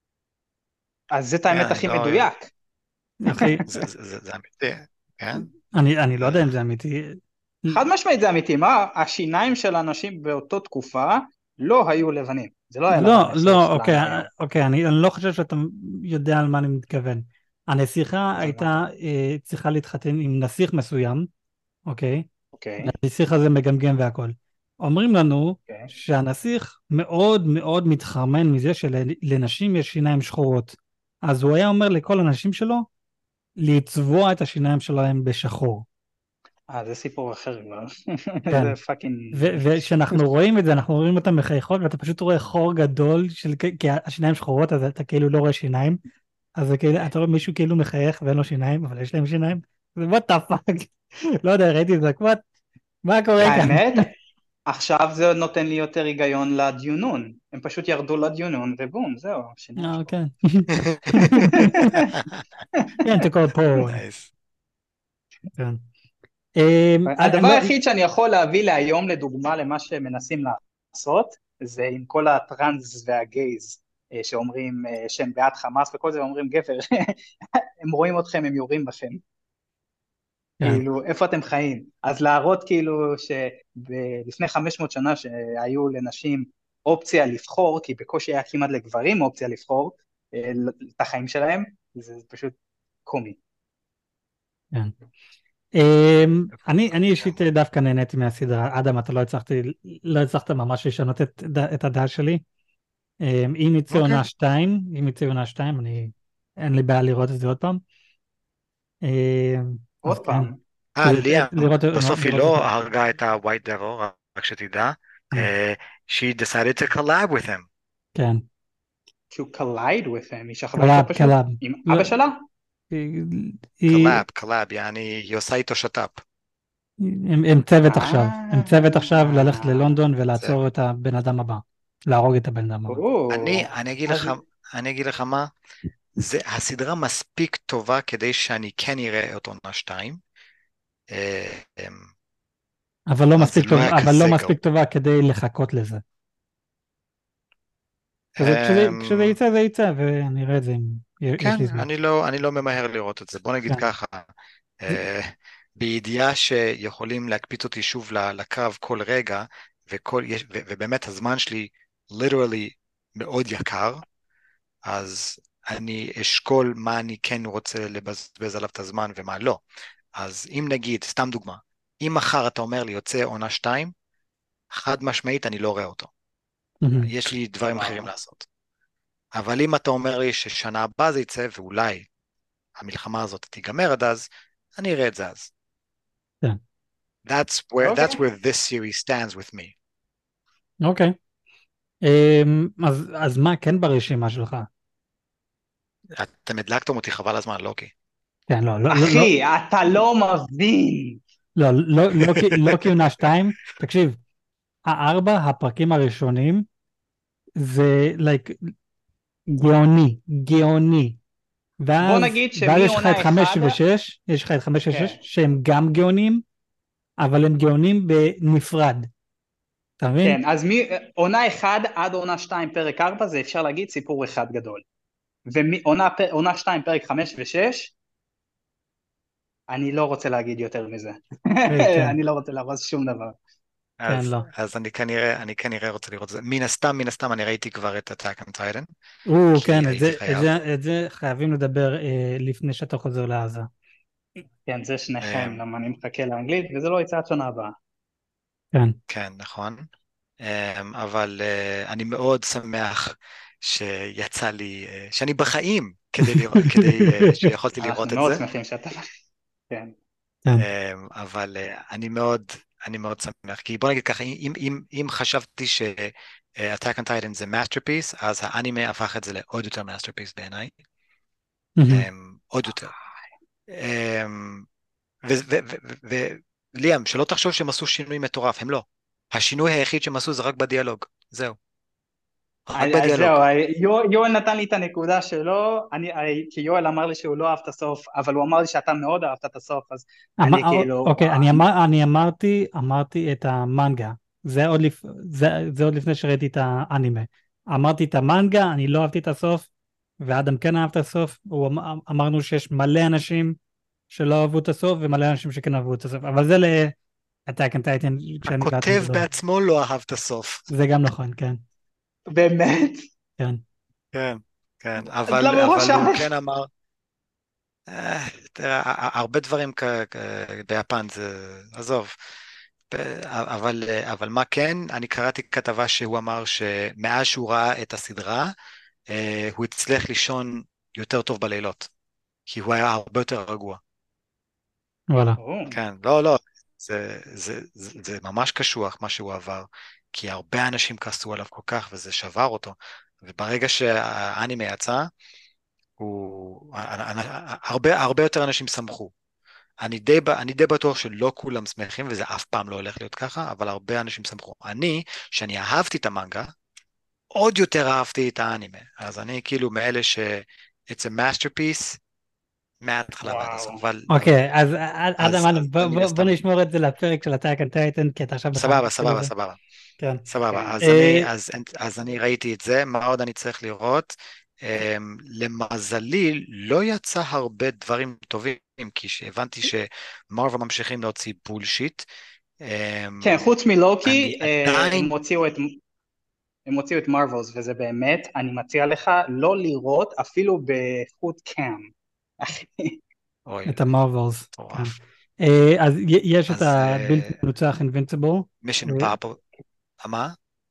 אז זה את האמת הכי מדויק. אחי, זה אמיתי, כן? אני לא יודע אם זה אמיתי. חד משמעית זה אמיתי, מה? השיניים של האנשים באותו תקופה לא היו לבנים. זה לא היה לבן. לא, לא, אוקיי, אוקיי, אני לא חושב שאתה יודע על מה אני מתכוון. הנסיכה הייתה צריכה להתחתן עם נסיך מסוים, אוקיי? הנסיך הזה מגמגם והכל. אומרים לנו שהנסיך מאוד מאוד מתחרמן מזה שלנשים יש שיניים שחורות. אז הוא היה אומר לכל הנשים שלו לצבוע את השיניים שלהם בשחור. אה, זה סיפור אחר כבר. כן. זה פאקינג... וכשאנחנו רואים את זה, אנחנו רואים אותם מחייכות, ואתה פשוט רואה חור גדול, של... כי השיניים שחורות, אז אתה כאילו לא רואה שיניים, אז כאילו, אתה רואה מישהו כאילו מחייך ואין לו שיניים, אבל יש להם שיניים, זה what the fuck, לא יודע, ראיתי את זה, what? מה קורה כאן? האמת, עכשיו זה נותן לי יותר היגיון לדיונון, הם פשוט ירדו לדיונון ובום, זהו, שינו אה, משהו. כן. כן, תקול פה. נייס. כן. אמ, אני הדבר לא- היחיד שאני יכול להביא להיום לדוגמה למה שמנסים לעשות, זה עם כל הטרנס והגייז אה, שאומרים אה, שהם בעד חמאס וכל זה, אומרים גבר, הם רואים אתכם, הם יורים בכם. כן. כאילו, איפה אתם חיים? אז להראות כאילו שלפני חמש מאות שנה שהיו לנשים אופציה לבחור, כי בקושי היה כמעט לגברים אופציה לבחור אה, את החיים שלהם, זה פשוט קומי. כן. אמ, אני אני אישית דווקא נהניתי מהסדרה. אדם, אתה לא הצלחתי, לא הצלחת ממש לשנות את את הדעה שלי. אמ, אם יצא אוקיי. עונה שתיים, אם יצא עונה שתיים, אני, אין לי בעיה לראות את זה עוד פעם. אמ, אז עוד כן, פעם, אה, כדי ליאם, לראות, בסוף היא לראות את זה. לא הרגה את ה-White Devil, רק שתדע. Mm. אה, she decided to collab with him. כן, to collide with him, היא שכבה איתו קלאב, פשוט, קלאב. עם לא, אבא שלה? היא, היא- collab, collab, יעני, היא עושה איתו שת"פ. הם, הם צוות עכשיו, הם צוות עכשיו ללכת אה, ללונדון ולעצור צוות. את הבן אדם הבא, להרוג את הבן אדם הבא. אני, או, אני אגיד אז לך, אני אגיד לך מה, זה, הסדרה מספיק טובה כדי שאני כן אראה את עונה שתיים. אה, אמ, אבל לא אז מספיק זה לא טוב, היה אבל לא כזה מספיק גרוע. טובה כדי לחכות לזה. כשזה, כשזה, כשזה אמ, יצא זה יצא ואני אראה את זה אם יש כן, לי זמן. אני לא, אני לא ממהר לראות את זה. בוא נגיד כן. ככה, אה, בידיעה שיכולים להקפיץ אותי שוב ל- לקרב כל רגע, וכל, יש, ו, ובאמת הזמן שלי literally מאוד יקר, אז אני אשקול מה אני כן רוצה לבזבז עליו את הזמן ומה לא. אז אם נגיד, סתם דוגמה, אם מחר אתה אומר לי יוצא עונה שתיים, חד משמעית אני לא רואה אותו. מהמם. יש לי דברים אחרים וואו. לעשות. אבל אם אתה אומר לי ששנה הבאה זה יצא, ואולי המלחמה הזאת תיגמר עד אז, אני אראה את זה אז. כן. That's where, אוקיי. that's where this series stands with me. אוקיי. אמ, אז, אז מה כן ברשימה שלך? אתם הדלקתם אותי חבל הזמן, לוקי. כן, לא, לא, לא, לא, אחי, אתה לא מבין. לא, לא, לא, כי- לא כהונה שתיים, תקשיב, הארבע הפרקים הראשונים זה like גאוני, גאוני, בוא ואז, נגיד ואז יש לך את שמעונה חמש אחד, ושש, יש לך את חמש ושש כן, שהם גם גאונים, אבל הם גאונים בנפרד, אתה מבין? כן, אז מעונה אחד עד עונה שתיים פרק ארבע זה אפשר להגיד סיפור אחד גדול. ועונה עונה שתיים פרק חמש ושש, אני לא רוצה להגיד יותר מזה. היי, כן, אני לא רוצה להרוס שום דבר. כן, אז, לא. אז אני כנראה, אני כנראה רוצה לראות את זה. מן הסתם, מן הסתם, אני ראיתי כבר את Attack on Titan, או, כי כן, את זה, הייתי את חייב. זה, את זה חייבים לדבר אה, לפני שאתה חוזר לעזה. כן, זה שניכם, אמ, למה אני מחכה לאנגלית, וזה לא יצא עד שנה הבאה. כן, כן, נכון. אמ, אבל אה, אני מאוד שמח שיצא לי, אה, שאני בחיים כדי לראות, כדי אה, שיכולתי אנחנו לראות את מאוד זה. שמחים שאתה... כן. כן, אמ, אבל אה, אני מאוד, אני מאוד שמח, כי בוא נגיד ככה, אם, אם, אם חשבתי ש-Attack on Titan זה מאסטרפיס, אז האנימה הפך את זה לעוד יותר מאסטרפיס בעיניי, מהמם. אמ, עוד יותר. אמ, וליאם, שלא תחשוב שהם עשו שינוי מטורף, הם לא. השינוי היחיד שהם עשו זה רק בדיאלוג, זהו. רק אז אז בדיאלוג. זהו, יואל יואל נתן לי את הנקודה שלו, אני, כי יואל אמר לי שהוא לא אהב את הסוף, אבל הוא אמר לי שאתה מאוד אהבת את הסוף, אז אמר, אני כאילו, אוקיי, אה, אני, אמר, אני אמרתי, אמרתי את המנגה. זה עוד, לפ, זה, זה עוד לפני שראיתי את האנימה. אמרתי את המנגה, אני לא אהבתי את הסוף, ואדם כן אהב את הסוף. הוא אמר, אמרנו שיש מלא אנשים שלא אהבו את הסוף, ומלא אנשים שכן אהבו את הסוף. אבל זה ל-Attack on Titan, כשאני ואתה הכותב נדבר. בעצמו לא אהב את הסוף. זה גם נכון, כן. באמת, כן. כן, כן, אז אבל, למה הוא אבל הוא רשם? כן אמר, אה, תראה, הרבה דברים כ, כ, ביפן זה, עזוב, ב- אבל, אבל מה כן, אני קראתי כתבה שהוא אמר שמאז שהוא ראה את הסדרה, אה, הוא הצליח לישון יותר טוב בלילות, כי הוא היה הרבה יותר רגוע. וואלה. או, כן, לא, לא, זה, זה, זה, זה ממש קשוח מה שהוא עבר, כי הרבה אנשים כעסו עליו כל כך, וזה שבר אותו. וברגע שהאנימה יצא, הוא, הרבה, הרבה יותר אנשים שמחו. אני די, ב- אני די בטוח שלא כולם שמחים, וזה אף פעם לא הולך להיות ככה, אבל הרבה אנשים שמחו. אני, שאני אהבתי את המנגה, עוד יותר אהבתי את האנימה. אז אני כאילו מאלה ש... It's a masterpiece, מההתחלה ועד הסוף. וואו. אבל, אוקיי, אז עד- אדם, אז, אדם, אז בוא אני בוא- בוא סתם. נשמור את זה לפרק של Attack on Titan, כי אתה עכשיו בכלל סבבה, מתחיל סבבה, לזה. סבבה. כן. סבבה, כן. אז אה, אני, אז, אז אני ראיתי את זה, מה עוד אני צריך לראות? Um, למזלי, לא יצא הרבה דברים טובים, כי הבנתי שמרוויל ממשיכים להוציא בולשיט. Um, כן, חוץ אני מלוקי, אה, הם עדיין, הוציאו את... הם הוציאו את מרווילס, וזה באמת, אני מציע לך לא לראות אפילו באיכות קאם. אחי, אוי, את המרווילס, כן. מטורף. אה, אז י- יש את אז הבלתי מנוצח אינבינסיבל. מישן פאפל, מה?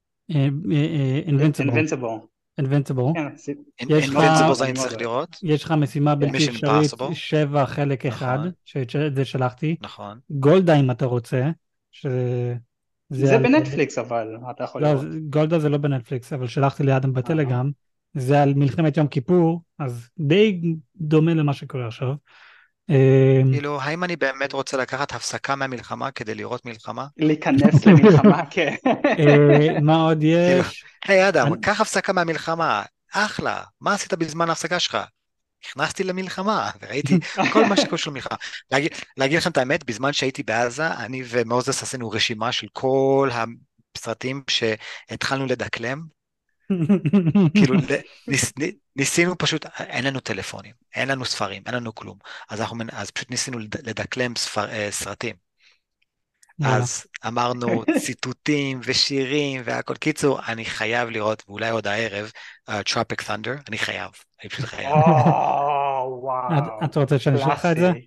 אינבינסיבל, אינבינסיבל. אינבינסיבל. כן, יש לך מאוד אינבינסיבלס טוב, אני אני מאוד צריך אוהב. לראות? יש לך משימה כן. בלתי מישן אפשרית אימפסיבל, שבע חלק אחד, נכון, שאת זה שלחתי. נכון. גולדה אם אתה רוצה, שזה זה על... בנטפליקס אבל, אתה יכול לא, לראות. זה- גולדה זה לא בנטפליקס, אבל שלחתי לאדם אה, לא? בטלגרם, זה על מלחמת יום כיפור, אז די דומה למה שקורה עכשיו. אה, כאילו, האם אני באמת רוצה לקחת הפסקה מהמלחמה כדי לראות מלחמה? להיכנס למלחמה, כן. אה, מה עוד כאילו, יש? היי אדם, אני- קח הפסקה מהמלחמה, אחלה, מה עשית בזמן ההפסקה שלך? נכנסתי למלחמה, וראיתי כל מה שקשור למלחמה. להגיד, להגיד לכם את האמת, בזמן שהייתי בעזה, אני ומוזס עשינו רשימה של כל הסרטים שהתחלנו לדקלם, כאילו ניס, ניסינו פשוט, אין לנו טלפונים, אין לנו ספרים, אין לנו כלום, אז, אנחנו, אז פשוט ניסינו לדקלם ספר, סרטים. וואלה. אז אמרנו ציטוטים ושירים והכל. קיצור, אני חייב לראות, ואולי עוד הערב, uh, Tropic Thunder, אני חייב, אני פשוט חייב. או, את- וואו, אתה רוצה שאני אשלח לך את זה? קלאסי.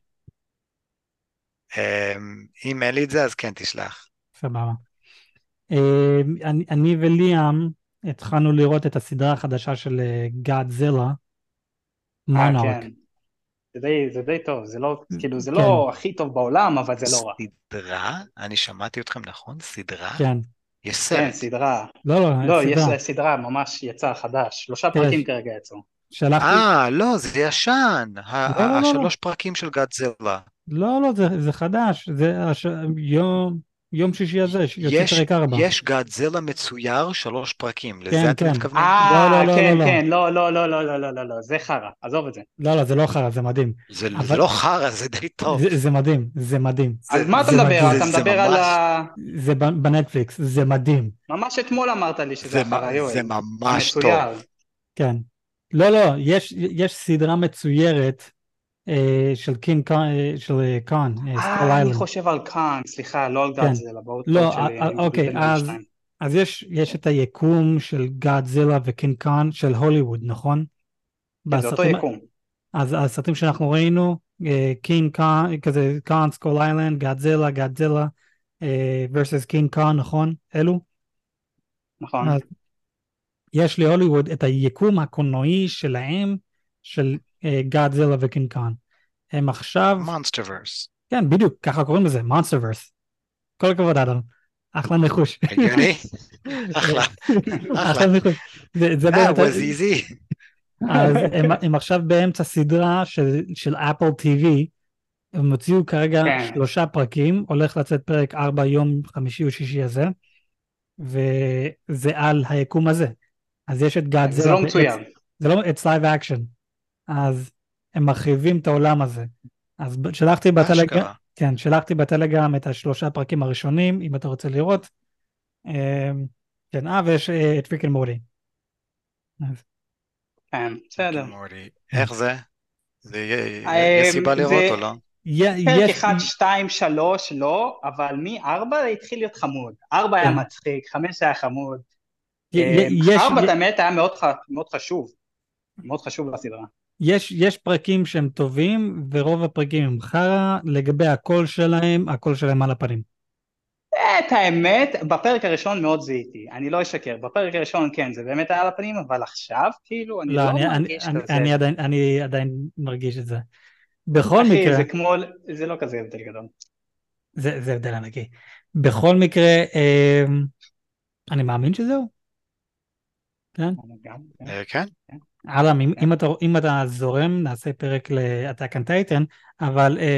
Um, אם אין לי את זה, אז כן, תשלח. סבבה. אה, אני אני וליאם התחלנו לראות את הסדרה החדשה של גאדזילה, אה, מונארק. כן. זה די, זה די טוב, זה לא, כאילו, זה כן, לא הכי טוב בעולם, אבל זה לא רע. סדרה? אני שמעתי אתכם נכון? סדרה? כן. יש כן, סרט. סדרה. לא, לא, לא, יש סדרה. סדרה, ממש יצא חדש. שלושה תראה, פרקים כרגע יצאו. שלחתי... אה, לא, זה ישן. לא, ה- ה- לא, לא, לא. השלוש פרקים של גאדזילה. לא, לא, זה, זה חדש, זה הש... יום, יום שישי הזה, ש- יוצא יש, פרק ארבע. יש גאדזילה מצויר, שלוש פרקים. לזה כן, אתם כן. מתכוונים? לא, לא, אה, לא, לא, כן, לא. כן, לא, לא, לא, לא, לא, לא, לא, לא, זה חרא, עזוב את זה. לא, לא, זה לא חרא, זה מדהים. זה, זה אבל לא חרא, זה די טוב. זה, זה מדהים, זה מדהים. זה, אז מה אתה זה מדבר? מדהים. אתה זה, זה מדבר על ממש, ה... זה ב- בנטפליקס, זה מדהים. ממש אתמול אמרת לי שזה זה, אחר מ- זה היואל. ממש המצויר. טוב. כן. לא, לא, יש, יש סדרה מצוירת אה, של קין קאן, אה, של אה, קאן, אה, סקול אה, אני איילנד. חושב על קאן, סליחה, לא על כן. גאדזילה, טעות לא, שלי, אה, אני אה, אוקיי, מבלבל בין אז, השניים. אז יש, יש את היקום של גאדזילה וקין קאן של הוליווד, נכון? כן, זה אותו בסרטים, יקום. אז הסרטים שאנחנו ראינו, קין קאן, כזה קאן, סקול איילנד, גאדזילה, גאדזילה, versus קין קאן, נכון? אלו? נכון. אז יש להוליווד את היקום הקולנועי שלהם, של גאדזילה וקין קאן. הם עכשיו, מונסטרוורס. כן, בדיוק, ככה קוראים לזה, מונסטרוורס. כל הכבוד, אדם. אחלה ניחוש. הגיוני? אחלה, אחלה. אחלה ניחוש. זה, זה אה, באמת, was easy. אז הם, הם עכשיו באמצע סדרה של, של אפל טי וי, הם הוציאו כרגע כן. שלושה פרקים, הולך לצאת פרק ארבע יום חמישי או שישי הזה, וזה על היקום הזה. אז יש את זה גאדזילה, לא מצויר. זה לא, it's live action. אז הם מרחיבים את העולם הזה. אז ב- שלחתי בטלגרם, אשכרה. כן, שלחתי בטלגרם את השלושה פרקים הראשונים, אם אתה רוצה לראות. אמ, כן, אה, ויש אה, את פריקן מורטי. אז, כן, בסדר. מורטי. איך זה? זה יהיה- אה, יש סיבה זה- לראות או לא? י- פרק יש, אחד, שתיים, שלוש, לא, אבל מארבע התחיל להיות חמוד. ארבע היה כן. מצחיק, חמש היה חמוד. י- אה, י- יש, ארבע, י- האמת, היה מאוד ח- מאוד חשוב. מאוד חשוב לסדרה. יש, יש פרקים שהם טובים, ורוב הפרקים הם חרא, לגבי הקול שלהם, הקול שלהם על הפנים. את האמת, בפרק הראשון מאוד זיהיתי, אני לא אשקר, בפרק הראשון כן, זה באמת היה על הפנים, אבל עכשיו, כאילו, אני לא, לא אני, אני, מרגיש אני, כזה. אני, עדיין, אני עדיין מרגיש את זה. בכל אחי, מקרה, זה כמו, זה לא כזה הבדל גדול. זה, זה הבדל ענקי. בכל מקרה, אמ, אני מאמין שזהו. כן? אני גם, כן. אה, כן? הלאה, אם, אם, אתה, אם אתה זורם, נעשה פרק ל-Attack on Titan, אבל אה,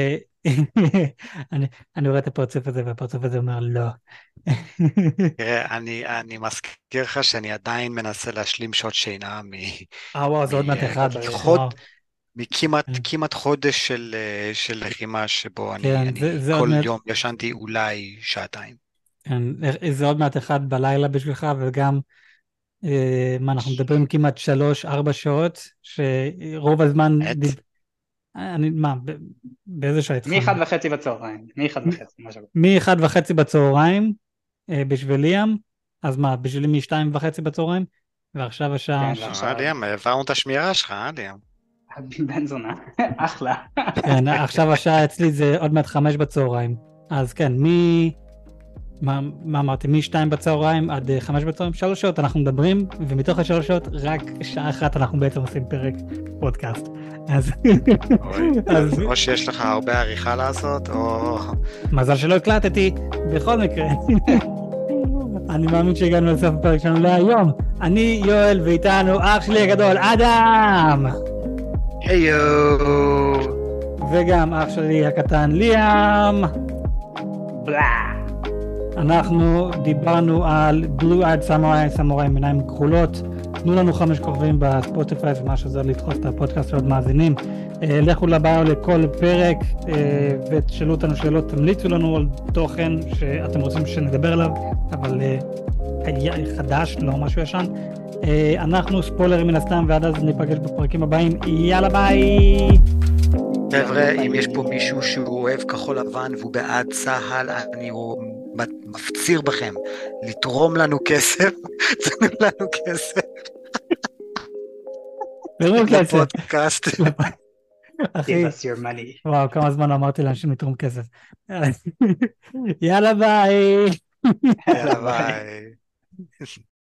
אני, אני רואה את הפרצוף הזה, והפרצוף הזה אומר לא. תראה, אני, אני מזכיר לך שאני עדיין מנסה להשלים שעות שינה מ... אה וואו, זה עוד מעט אחד, מחוד, וואו. מכמעט כן, כמעט חודש של, אה, של לחימה שבו אני, כן, זה, אני זה עוד כל מעט, יום ישנתי אולי שעתיים. כן, זה עוד מעט אחד בלילה בשבילך, וגם, אה, מה, אנחנו מדברים כמעט שלוש, ארבע שעות, שרוב הזמן, דיב... באמת? אני, מה, ב, באיזה שעה מאחד התחלנו? וחצי בצהריים, מאחד וחצי, משהו. מאחד וחצי בצהריים, אה, בשביל ליאם, אז מה, בשבילי משתיים וחצי בצהריים, ועכשיו השעה, כן, ש... אה, ועכשיו, ליאם, העברנו את השמירה שלך, אה, ליאם? בן זונה, אחלה. כן, עכשיו השעה אצלי זה עוד מעט חמש בצהריים, אז כן, מ... מה, מה אמרתי, משתיים בצהריים עד אה, חמש בצהריים, שלוש שעות אנחנו מדברים, ומתוך השלוש שעות רק שעה אחת אנחנו בעצם עושים פרק פודקאסט, אז... אוי, אז אז או שיש לך הרבה עריכה לעשות, או... מזל שלא הקלטתי, בכל מקרה. אני מאמין שהגענו לסוף הפרק שלנו להיום. אני יואל, ואיתנו אח שלי הגדול, אדם! היי וגם אח שלי הקטן, ליאם. בלה. אנחנו דיברנו על Blue Eyed Samurai, סמוראי עם עיניים כחולות. תנו לנו חמש כוכבים בספוטיפיי, ומה שעוזר לדחוף את הפודקאסט לעוד מאזינים. אה, לכו לביו לכל פרק, אה, ותשאלו אותנו שאלות, תמליצו לנו על תוכן שאתם רוצים שנדבר עליו, אבל אה, היה חדש, לא משהו ישן. אה, אנחנו ספוילרים מן הסתם, ועד אז ניפגש בפרקים הבאים. יאללה ביי! חבר'ה, אם יש פה מישהו שהוא אוהב כחול לבן והוא בעד צהל, אני מפציר בכם לתרום לנו כסף, תנו לנו כסף. תראו כסף. לפודקאסט. אחי, Give us your money. וואו, כמה זמן אמרתי לאנשים לתרום כסף. יאללה ביי! יאללה ביי.